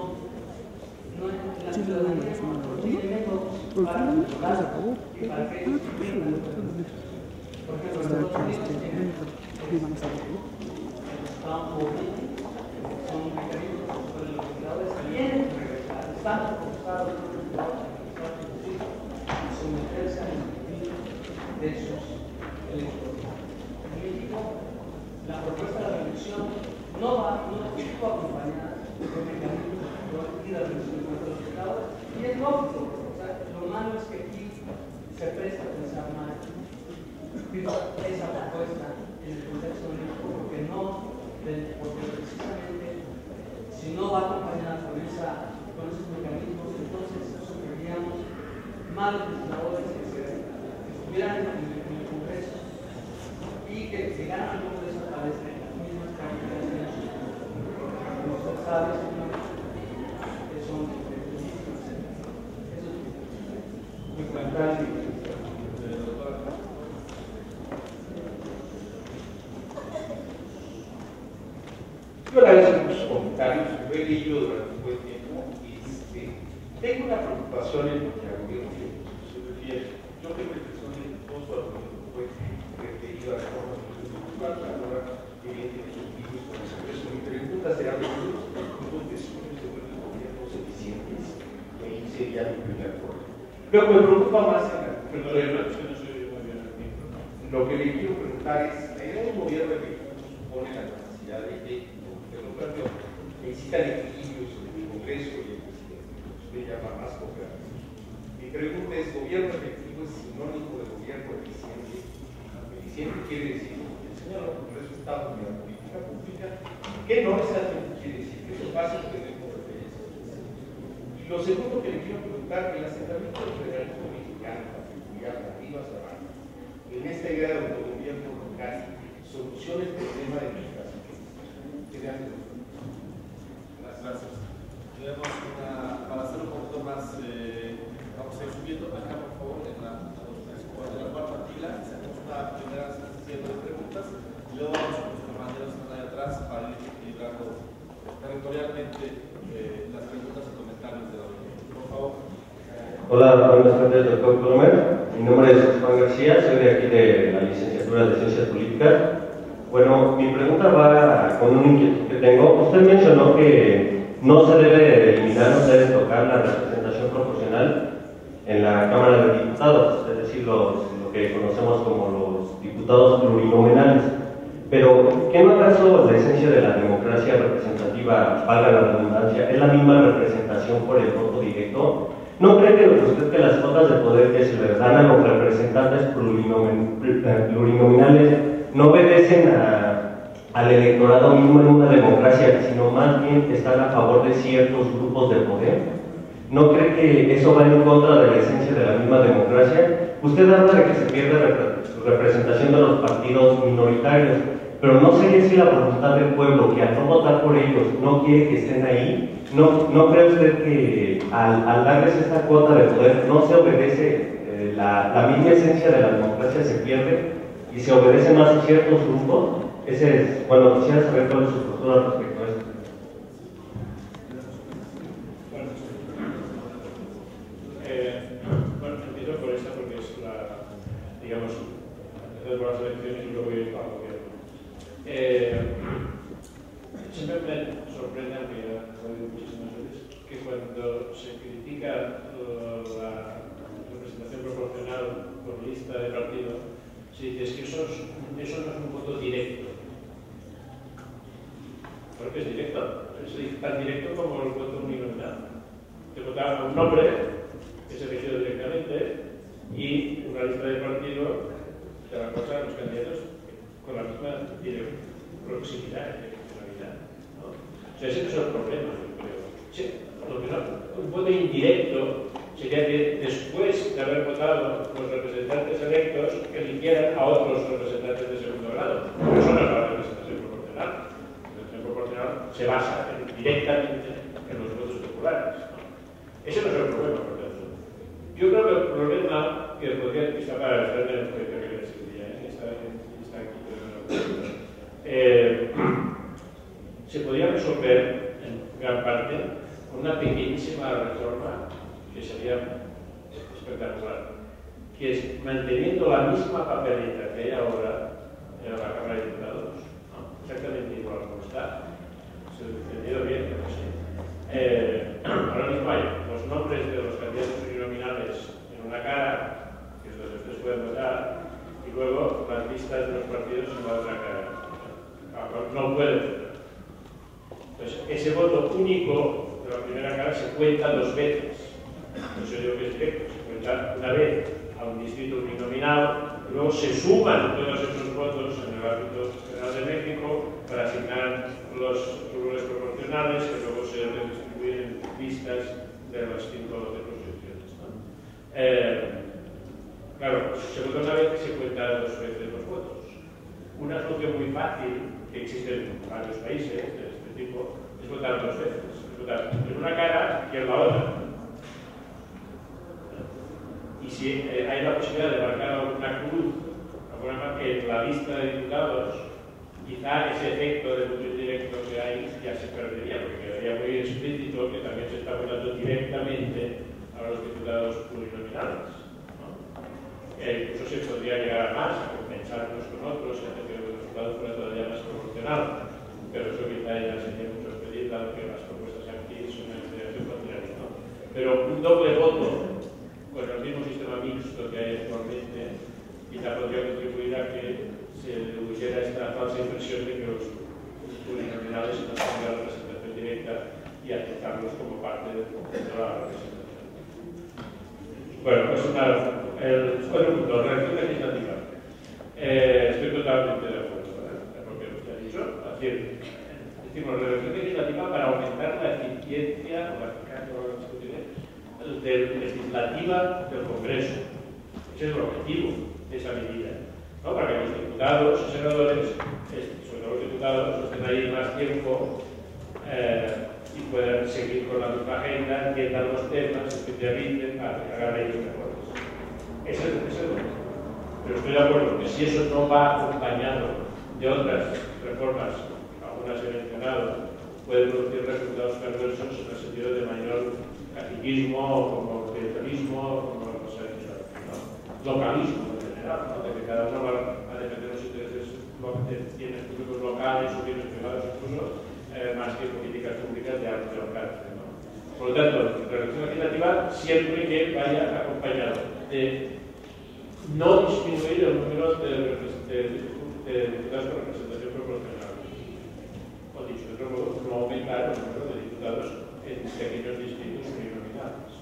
la ciudadanía no tiene métodos para controlar y para que ellos cumplan. Por ejemplo, en Estados Unidos tienen son mecanismos donde los legisladores tienen que regresar, están forzados a someterse al espíritu de sus electores. En México, la propuesta de la reelección no estuvo acompañada de mecanismos de control y de reelección contra los legisladores, y es lógico. O sea, lo malo es que aquí se presta a pensar mal esa propuesta en el contexto de México, porque precisamente si no va acompañada con esos mecanismos, entonces sufriríamos malos legisladores que estuvieran en el Congreso y que llegaran al Congreso a través de las mismas calificaciones. Usted sabe que son muy fantásticos. Yo agradezco muchos comentarios, lo he leído durante un buen tiempo y tengo una preocupación en lo que al gobierno se refiere. Yo creo que el presupuesto fue referido a la reforma de 2024, ahora evidentemente los mismos con el Congreso. Mi pregunta será de los puntos de estudio se vuelven gobiernos eficientes, y ahí sería mi primer problema. Lo que me preocupa más en la lo que le quiero preguntar es, en un gobierno que supone la capacidad de necesitan equilibrios en el Congreso y el presidente, lo que usted llama más cooperativo. Mi pregunta es, ¿gobierno efectivo es sinónimo de gobierno eficiente? Eficiente quiere decir, el señor Congreso está en la política pública, ¿qué no necesariamente quiere decir? Que eso es fácil tener como referencia. Y lo segundo que le quiero preguntar, el asentamiento del federalismo mexicano, particular, de arriba hacia abajo, en esta idea de autogobierno local, soluciona el problema de migración. Gracias. Para hacer un poquito más, vamos a ir subiendo acá, por favor, en la cuarta fila, hacemos una primera serie de preguntas y luego vamos con los compañeros que están ahí atrás para ir equilibrando territorialmente las preguntas y comentarios de la audiencia. Por favor. Hola, buenas tardes, doctor Colomer. Mi nombre es Juan García, soy de aquí de la licenciatura de Ciencias Políticas. Bueno, mi pregunta va con un inquietud que tengo. Usted mencionó que no se debe eliminar, no se debe tocar la representación proporcional en la Cámara de Diputados, es decir, lo que conocemos como los diputados plurinominales. Pero, ¿qué no acaso la esencia de la democracia representativa, valga la redundancia, es la misma representación por el voto directo? ¿No cree que usted que las cuotas de poder que se les dan a los representantes plurinominales no obedecen al electorado mismo en una democracia, sino más bien están a favor de ciertos grupos de poder? ¿No cree que eso va en contra de la esencia de la misma democracia? Usted habla de que se pierde representación de los partidos minoritarios, pero ¿no sería así la voluntad del pueblo que al no votar por ellos no quiere que estén ahí? ¿No cree usted que al darles esta cuota de poder no se obedece, la misma esencia de la democracia se pierde y se obedece más a ciertos grupos? Bueno, quisiera saber cuál es su postura respecto a esto. Bueno, empiezo por esta porque es digamos, empezar por las elecciones y luego ir al gobierno. Siempre me sorprende, aunque ya lo he dicho muchísimas veces, que cuando se critica la representación proporcional por lista de partido, se dice que eso no es un voto directo. Porque es directo, es tan directo como el voto uninominal. Te votaba un nombre que se eligió directamente y una lista de partido te va a pasar los candidatos con la misma proximidad y direccionalidad, ¿no? O sea, ese no es el problema, yo creo. Sí, un voto indirecto sería que después de haber votado los representantes electos, eligieran a otros representantes de segundo grado. Pero eso no es la representación proporcional. La representación proporcional se basa directamente en los votos populares, ¿no? Ese no es el problema, por tanto. Yo creo que el problema que podría estar para estar en el proyecto que les decía, está aquí, se podría resolver en gran parte con una pequeñísima reforma que sería espectacular, que es manteniendo la misma papeleta que hay ahora en la Cámara de Diputados, ¿no? Exactamente igual como está. Se lo he entendido bien, pero sí. Ahora mismo hay los nombres de los candidatos uninominales en una cara, que es donde ustedes pueden votar, y luego las listas de los partidos en la otra cara. No puede votar. Entonces, ese voto único de la primera cara se cuenta dos veces. No sé yo qué es directo, se cuenta una vez a un distrito uninominal, y luego se suman todos esos votos en el ámbito general de México para asignar los curules proporcionales que luego se redistribuyen en listas de las 5 circunscripciones, ¿no? Claro, se vota una vez y se cuenta dos veces los votos. Una solución muy fácil, que existe en varios países de este tipo, es votar dos veces. Es votar en una cara y en la otra. Y si hay la posibilidad de marcar alguna cruz, alguna que en la lista de diputados, quizá ese efecto de voto indirecto que hay ya se perdería, porque quedaría muy explícito que también se está votando directamente a los diputados plurinominales, ¿no? Incluso se podría llegar a más, a compensar unos con otros, y hacer que el resultado fuera todavía más proporcional. Pero eso quizá ya sería mucho pedir, dado que las propuestas aquí son en dirección contraria, ¿no? Pero un doble voto con el mismo sistema mixto que hay actualmente, quizá podría contribuir a que se huyera esta falsa impresión de que los plurinominales no tengan representación directa y aceptarlos como parte de la representación. Bueno, pues el otro punto, la redacción legislativa. Estoy totalmente de acuerdo, ¿verdad? Porque usted ha dicho, es decir, decimos la redacción legislativa para aumentar la eficiencia o la legislativa del Congreso. Ese es el objetivo de esa medida, ¿no? Para que los diputados y senadores, sobre todo los diputados, estén ahí más tiempo y puedan seguir con la misma agenda, entiendan los temas, se especialicen para que hagan ellos mejores. Ese es el objetivo. Pero estoy de acuerdo que si eso no va acompañado de otras reformas, algunas he mencionado, puede producir resultados perversos en el sentido de mayor caciquismo, como clientelismo, como localismo en general, ¿no? De que cada uno va a defender los intereses, bienes públicos locales o bienes privados incluso, más que políticas públicas de alto alcance, ¿no? Por lo tanto, la redacción legislativa siempre que vaya acompañado de no disminuir el número de diputados con representación proporcional. O dicho de otro modo, no aumentar el número de diputados en pequeños distritos uninominales.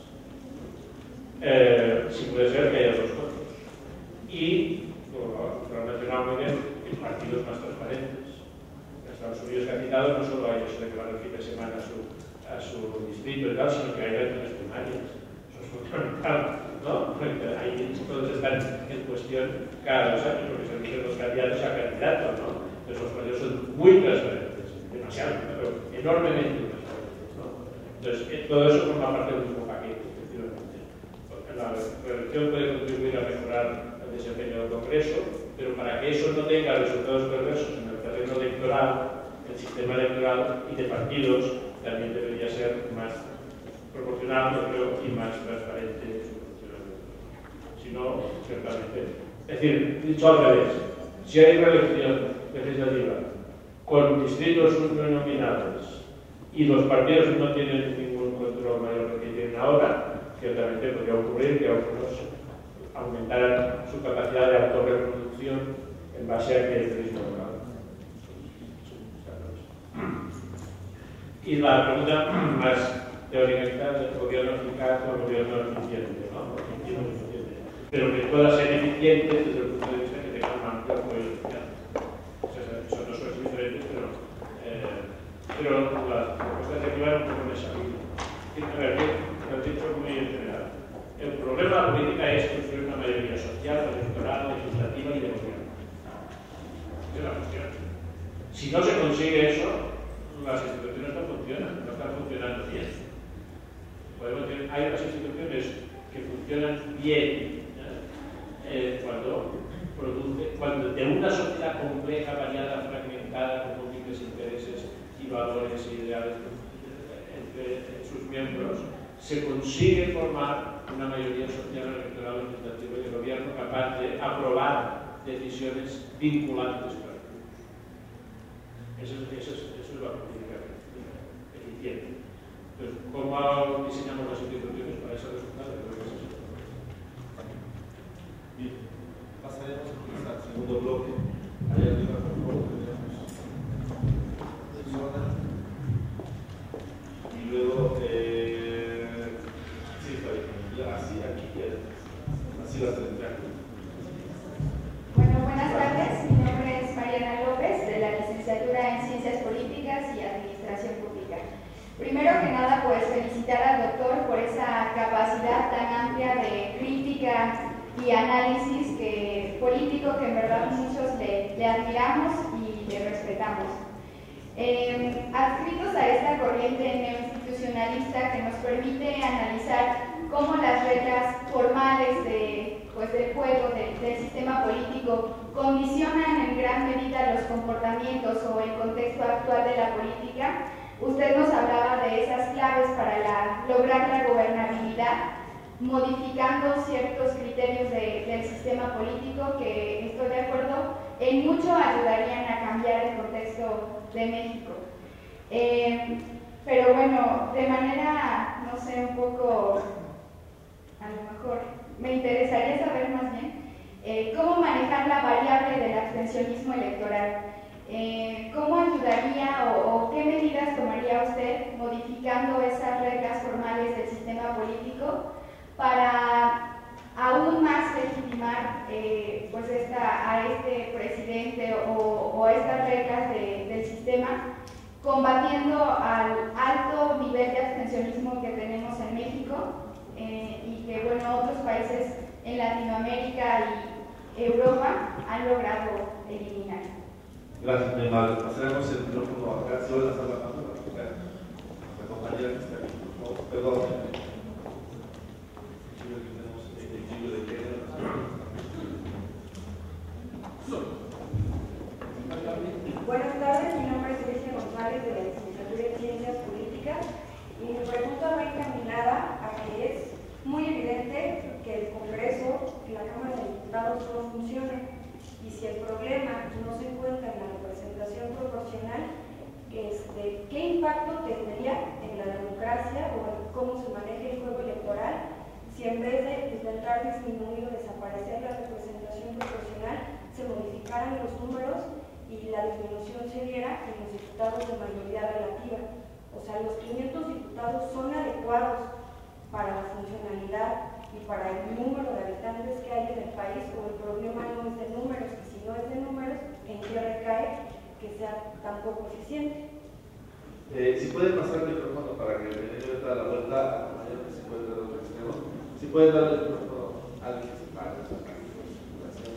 Si puede ser que haya dos votos. Y, como lo han mencionado muy bien, partidos más transparentes. En Estados Unidos que ha citado no solo hay eso de que van el fin de semana a su distrito y tal, sino que hay elecciones primarias. Eso es fundamental, ¿no? Ahí todos están en cuestión cada 2 años, porque se eligen los candidatos a candidatos, ¿no? Entonces los partidos son muy transparentes, demasiado, pero enormemente transparentes, ¿no? Entonces todo eso forma parte del mismo paquete, efectivamente. Porque la reelección puede contribuir a mejorar el desempeño del Congreso, pero para que eso no tenga resultados perversos en el terreno electoral, el sistema electoral y de partidos también debería ser más proporcional, yo creo, y más transparente en su funcionamiento. Si no, ciertamente. Es decir, dicho al revés, si hay reelección legislativa con distritos uninominales y los partidos no tienen ningún control mayor que tienen ahora, ciertamente podría ocurrir que algunos aumentaran su capacidad de autorreproducción en base a clientelismo local. Y la pregunta más teórica del gobierno eficaz o el gobierno eficiente, ¿no? Pero que pueda ser eficiente desde el punto de vista que tenga un amplio apoyo social. Son dos cosas diferentes, pero las propuestas de aquí van un poco en esa línea. A ver, lo he dicho muy en general. El problema de la política es construir una mayoría social, electoral, legislativa y de gobierno. Esa es la cuestión. Si no se consigue eso, las instituciones no funcionan, no están funcionando bien. Hay otras instituciones que funcionan bien cuando de una sociedad compleja, variada, fragmentada, con múltiples intereses y valores e ideales entre sus miembros, se consigue formar una mayoría social, electoral, legislativa y de gobierno capaz de aprobar decisiones vinculantes para el pueblo. Eso es la política eficiente. Entonces, ¿cómo diseñamos las instituciones para ese resultado? Creo que es eso. Bien, pasaremos al segundo bloque. Allá arriba, por favor, tenemos personas. Y luego, sí, está disponible. Así, aquí, así las tendrán. Bueno, buenas tardes. Mi nombre es Mariana López, de la licenciatura en Ciencias Políticas y Administración Pública. Primero que nada, pues felicitar al doctor por esa capacidad tan amplia de crítica y análisis político que en verdad muchos le admiramos y le respetamos. Adscritos a esta corriente neoinstitucionalista que nos permite analizar cómo las reglas formales del juego del sistema político condicionan en gran medida los comportamientos o el contexto actual de la política. Usted nos hablaba de esas claves para lograr la gobernabilidad, modificando ciertos criterios del sistema político que, estoy de acuerdo, en mucho ayudarían a cambiar el contexto de México. Pero bueno, de manera, no sé, un poco, a lo mejor, me interesaría saber más bien cómo manejar la variable del abstencionismo electoral. ¿Cómo ayudaría o qué medidas tomaría usted modificando esas reglas formales del sistema político para aún más legitimar a este presidente o estas reglas del sistema, combatiendo al alto nivel de abstencionismo que tenemos en México y que otros países en Latinoamérica y Europa han logrado eliminar? Gracias, mi amable. Pasaremos el micrófono acá. Si van a hacer la mano, la compañera que está aquí, por favor. Perdón. Tenemos el equilibrio de género. Buenas tardes, mi nombre es Alicia González, de la licenciatura en Ciencias Políticas, y mi pregunta va encaminada a que es muy evidente que el Congreso y la Cámara de Diputados no funcionen. Y si el problema no se encuentra en la representación proporcional, ¿qué impacto tendría en la democracia o en cómo se maneja el juego electoral si en vez de intentar disminuir o desaparecer la representación proporcional se modificaran los números y la disminución se diera en los diputados de mayoría relativa? O sea, los 500 diputados son adecuados para la funcionalidad y para el número de habitantes que hay en el país, o el problema no es de números, y si no es de números, ¿en qué recae que sea tan poco eficiente? Si pueden pasar el micrófono para que el ingeniero dé la vuelta a la compañera que se encuentra de los extremos. Si pueden darle el micrófono a alguien que se pare. Gracias.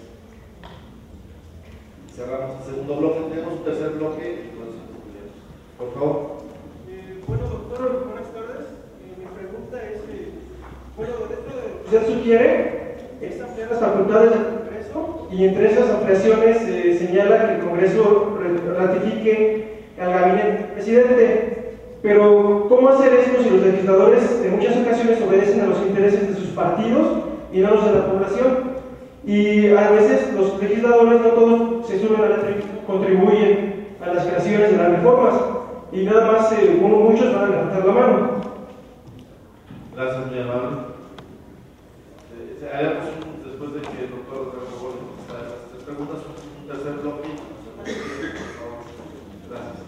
Cerramos el segundo bloque, tenemos un tercer bloque y entonces concluimos. Por favor. Bueno, doctor, buenas tardes. Mi pregunta es, dentro de lo que usted sugiere es ampliar las facultades del Congreso, y entre esas ampliaciones señala que el Congreso ratifique al gabinete del presidente. Pero, ¿cómo hacer esto si los legisladores en muchas ocasiones obedecen a los intereses de sus partidos y no los de la población? Y a veces los legisladores, no todos se suben a la contribuyen a las creaciones de las reformas, y nada más muchos van a levantar la mano. Gracias, muy amable. Haremos después de que el doctor Ramón conteste las tres preguntas, un tercer bloque. Gracias.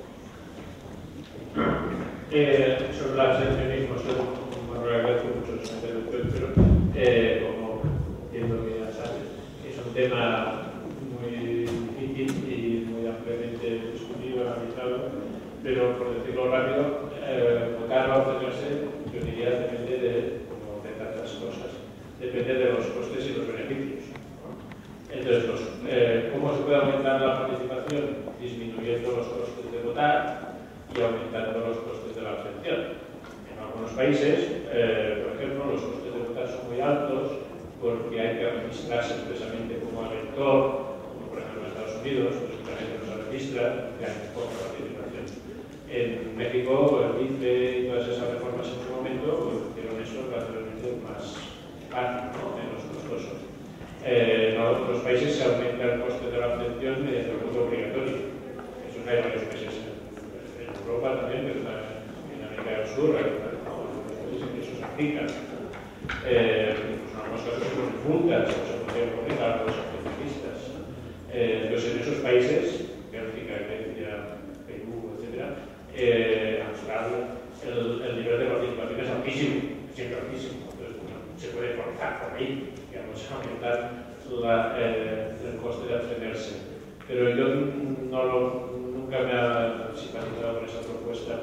Sobre el abstencionismo, me agradezco mucho su intervención, pero como entiendo que ya sabes, es un tema muy difícil y muy ampliamente discutido, analizado, pero por decirlo rápido, votar o abstenerse, yo diría, depende de, como de tantas cosas, depende de los costes y los beneficios, ¿no? Entonces, ¿cómo se puede aumentar la participación? Disminuyendo los costes de votar y aumentando los costes de la abstención. En algunos países, por ejemplo, los costes de votar son muy altos porque hay que registrarse expresamente como elector, como por ejemplo en Estados Unidos, los ciudadanos no se registran, que hay poca participación. En México, el IFE y todas esas reformas en su momento hicieron eso relativamente más fácil, ¿no? Menos costoso. En otros países se aumenta el coste de la abstención mediante el voto obligatorio. Eso hay varios países en Europa también, pero también en América del Sur, hay varios países en que eso se aplica. En algunos casos se ponen multas o se podrían poner a los abstencionistas. Entonces, en esos países, Bélgica, Grecia, Perú, etc., Australia, el nivel de participación es altísimo, siempre altísimo. Entonces, bueno, se puede forzar por ahí, digamos, a aumentar el coste de abstenerse. Pero yo nunca me ha simpatizado con esa propuesta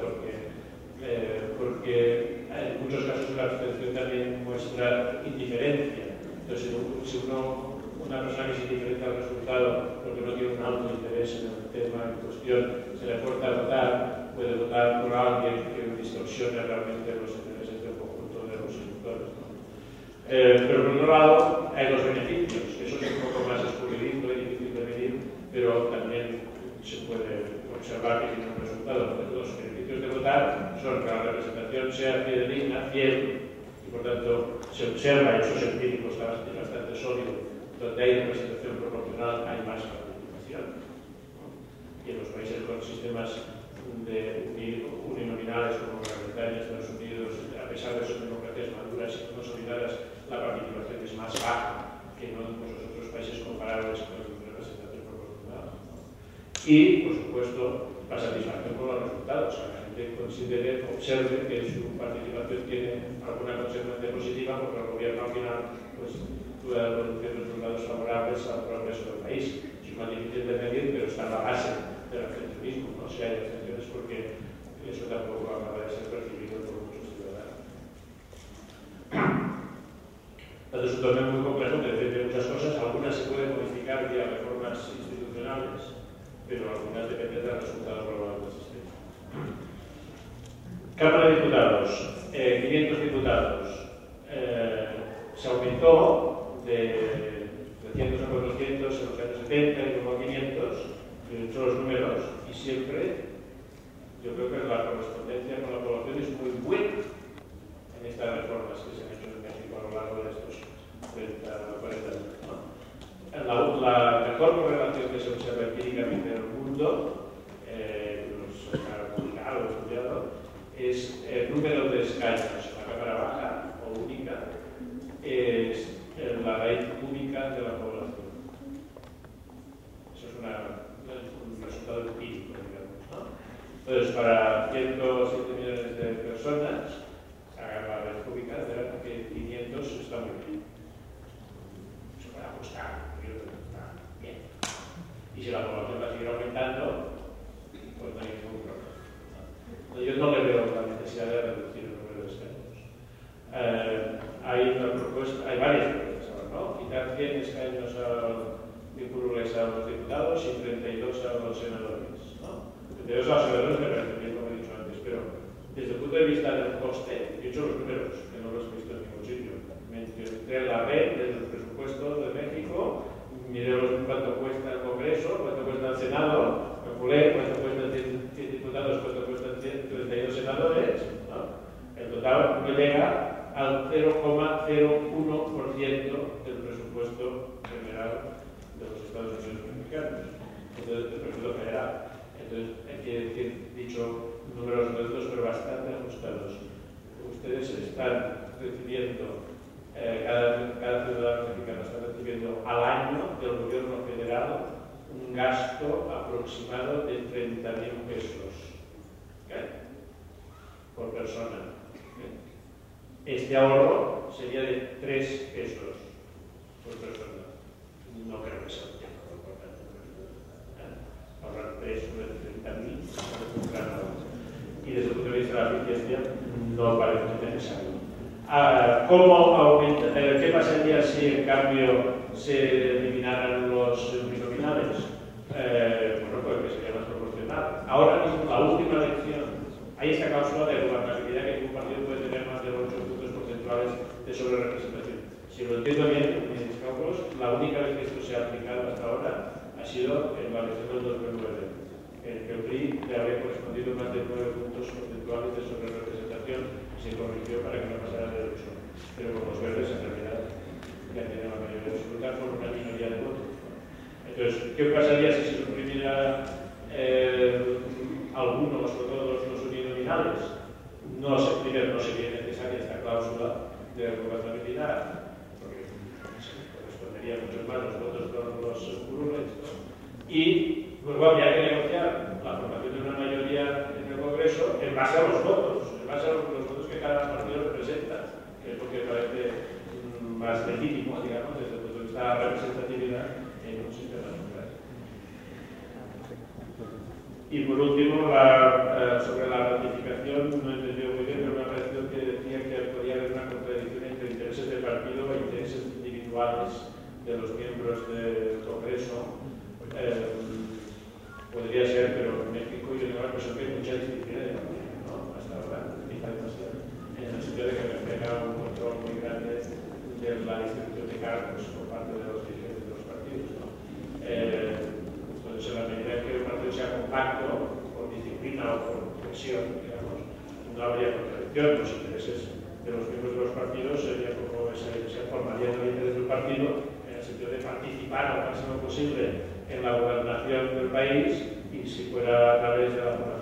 porque en muchos casos la abstención también muestra indiferencia. Entonces, si una persona que es indiferente al resultado porque no tiene un alto interés en el tema en cuestión, se le fuerza a votar, puede votar por alguien que distorsione realmente los intereses del conjunto de los electores, ¿no? Pero por otro lado, hay los beneficios. Eso es un poco más escurridizo y difícil de medir, pero también se puede observar que tiene un resultado. Los beneficios de votar son que la representación sea fidedigna, fiel, y por tanto se observa, y eso es empírico, está bastante sólido, donde hay representación proporcional hay más participación, ¿no? Y en los países con sistemas uninominales como Gran Bretaña, Estados Unidos, a pesar de ser democracias maduras y consolidadas, la participación es más baja que en muchos otros países comparables con representación proporcional, ¿no? Y, por supuesto, la satisfacción con los resultados. La gente considere, observe que su participación tiene alguna consecuencia positiva porque el gobierno al final pues, puede producir resultados favorables al progreso del país. Es más difícil de medir, pero está en la base del abstencionismo, ¿no? Si hay abstenciones porque eso tampoco acaba de ser percibido por muchos ciudadanos. Entonces, es un torneo muy complejo que depende de muchas cosas. Algunas se pueden modificar vía reformas institucionales, pero algunas dependen del resultado global del sistema. Cámara de Diputados, 500 diputados. Se aumentó de 300 a 400 en los años 70 y luego a 500, he hecho los números, y siempre yo creo que la correspondencia con la población es muy buena en estas reformas que se han hecho en México a lo largo de estos 30 o 40 años, ¿no? La mejor correlación que se observa empíricamente en el mundo, los ha publicado o estudiado, es el número de escaños. La Cámara Baja o única es la raíz única de la población. Eso es un resultado empírico, digamos, ¿no? Entonces, para 107 millones de personas, la raíz única de que 500 está muy bien. Se puede ajustar, pero está bien. Y si la población va a seguir aumentando, pues no hay ningún problema. Yo no le veo la necesidad de reducir el número de escaños. Hay varias propuestas, ¿no? Quitar 100 escaños vincularles a los diputados y 32 a los senadores, ¿no? 32 a los senadores me parece bien, como he dicho antes, pero desde el punto de vista del coste, he hecho los números, que no los he visto en ningún sitio. Me entré la red del presupuesto de México, miré cuánto cuesta el Congreso, cuánto cuesta el Senado, calculé cuánto cuestan 100 diputados, cuánto cuestan 32 senadores, ¿no? El total me llega al 0,01% del presupuesto general de los Estados Unidos mexicanos. Entonces, el presupuesto general. Entonces, hay que decir, dicho números redotos, pero bastante ajustados. Ustedes están recibiendo, cada ciudadano mexicano está recibiendo al año del gobierno federal un gasto aproximado de 30,000 pesos, ¿okay?, por persona. Este ahorro sería de 3 pesos por persona. No creo que sea un tiempo importante. Ahorrar 3 de 30,000 y desde el punto de vista de la eficiencia no parece necesario. ¿Qué pasaría si en cambio se eliminaran los uninominales? Bueno, pues que sería más proporcional. Ahora mismo, la última elección, hay esta cláusula de gobernabilidad que un partido puede tener más de 8 puntos porcentuales de sobrerepresentación. Si lo entiendo bien, en mis cálculos, la única vez que esto se ha aplicado hasta ahora ha sido en la elección del 2009, en que el PRI le había correspondido más de 9 puntos porcentuales de sobrerepresentación y se corrigió para que no pasara de 8. Pero con los verdes, en realidad, ya tienen la mayoría absoluta por una minoría de votos. Entonces, ¿qué pasaría si se suprimiera algunos o todos los uninominales? Primero, no sería necesaria esta cláusula de gobernabilidad, porque correspondería mucho más los votos con los curules, y luego habría que negociar la formación de una mayoría en el Congreso en base a los votos, los votos que cada partido representa, que es lo que parece más legítimo, digamos, desde el punto de vista de la representatividad en un sistema democrático. Y por último, sobre la ratificación, no he entendido muy bien, pero me ha parecido que decía que podría haber una contradicción entre intereses de partido e intereses individuales de los miembros del Congreso. Podría ser, pero en México yo tengo la impresión que hay mucha disciplina de partido, ¿no? Hasta ahora, quizá demasiado, en el sentido de que refleja un control muy grande de la distribución de cargos por parte de los dirigentes de los partidos, ¿no? Entonces, en la medida en que un partido sea compacto, por disciplina o por presión, digamos, no habría contradicción. Los intereses de los miembros de los partidos sería como se formaría el interés del partido en el sentido de participar lo máximo posible en la gobernación del país, y si fuera a través de la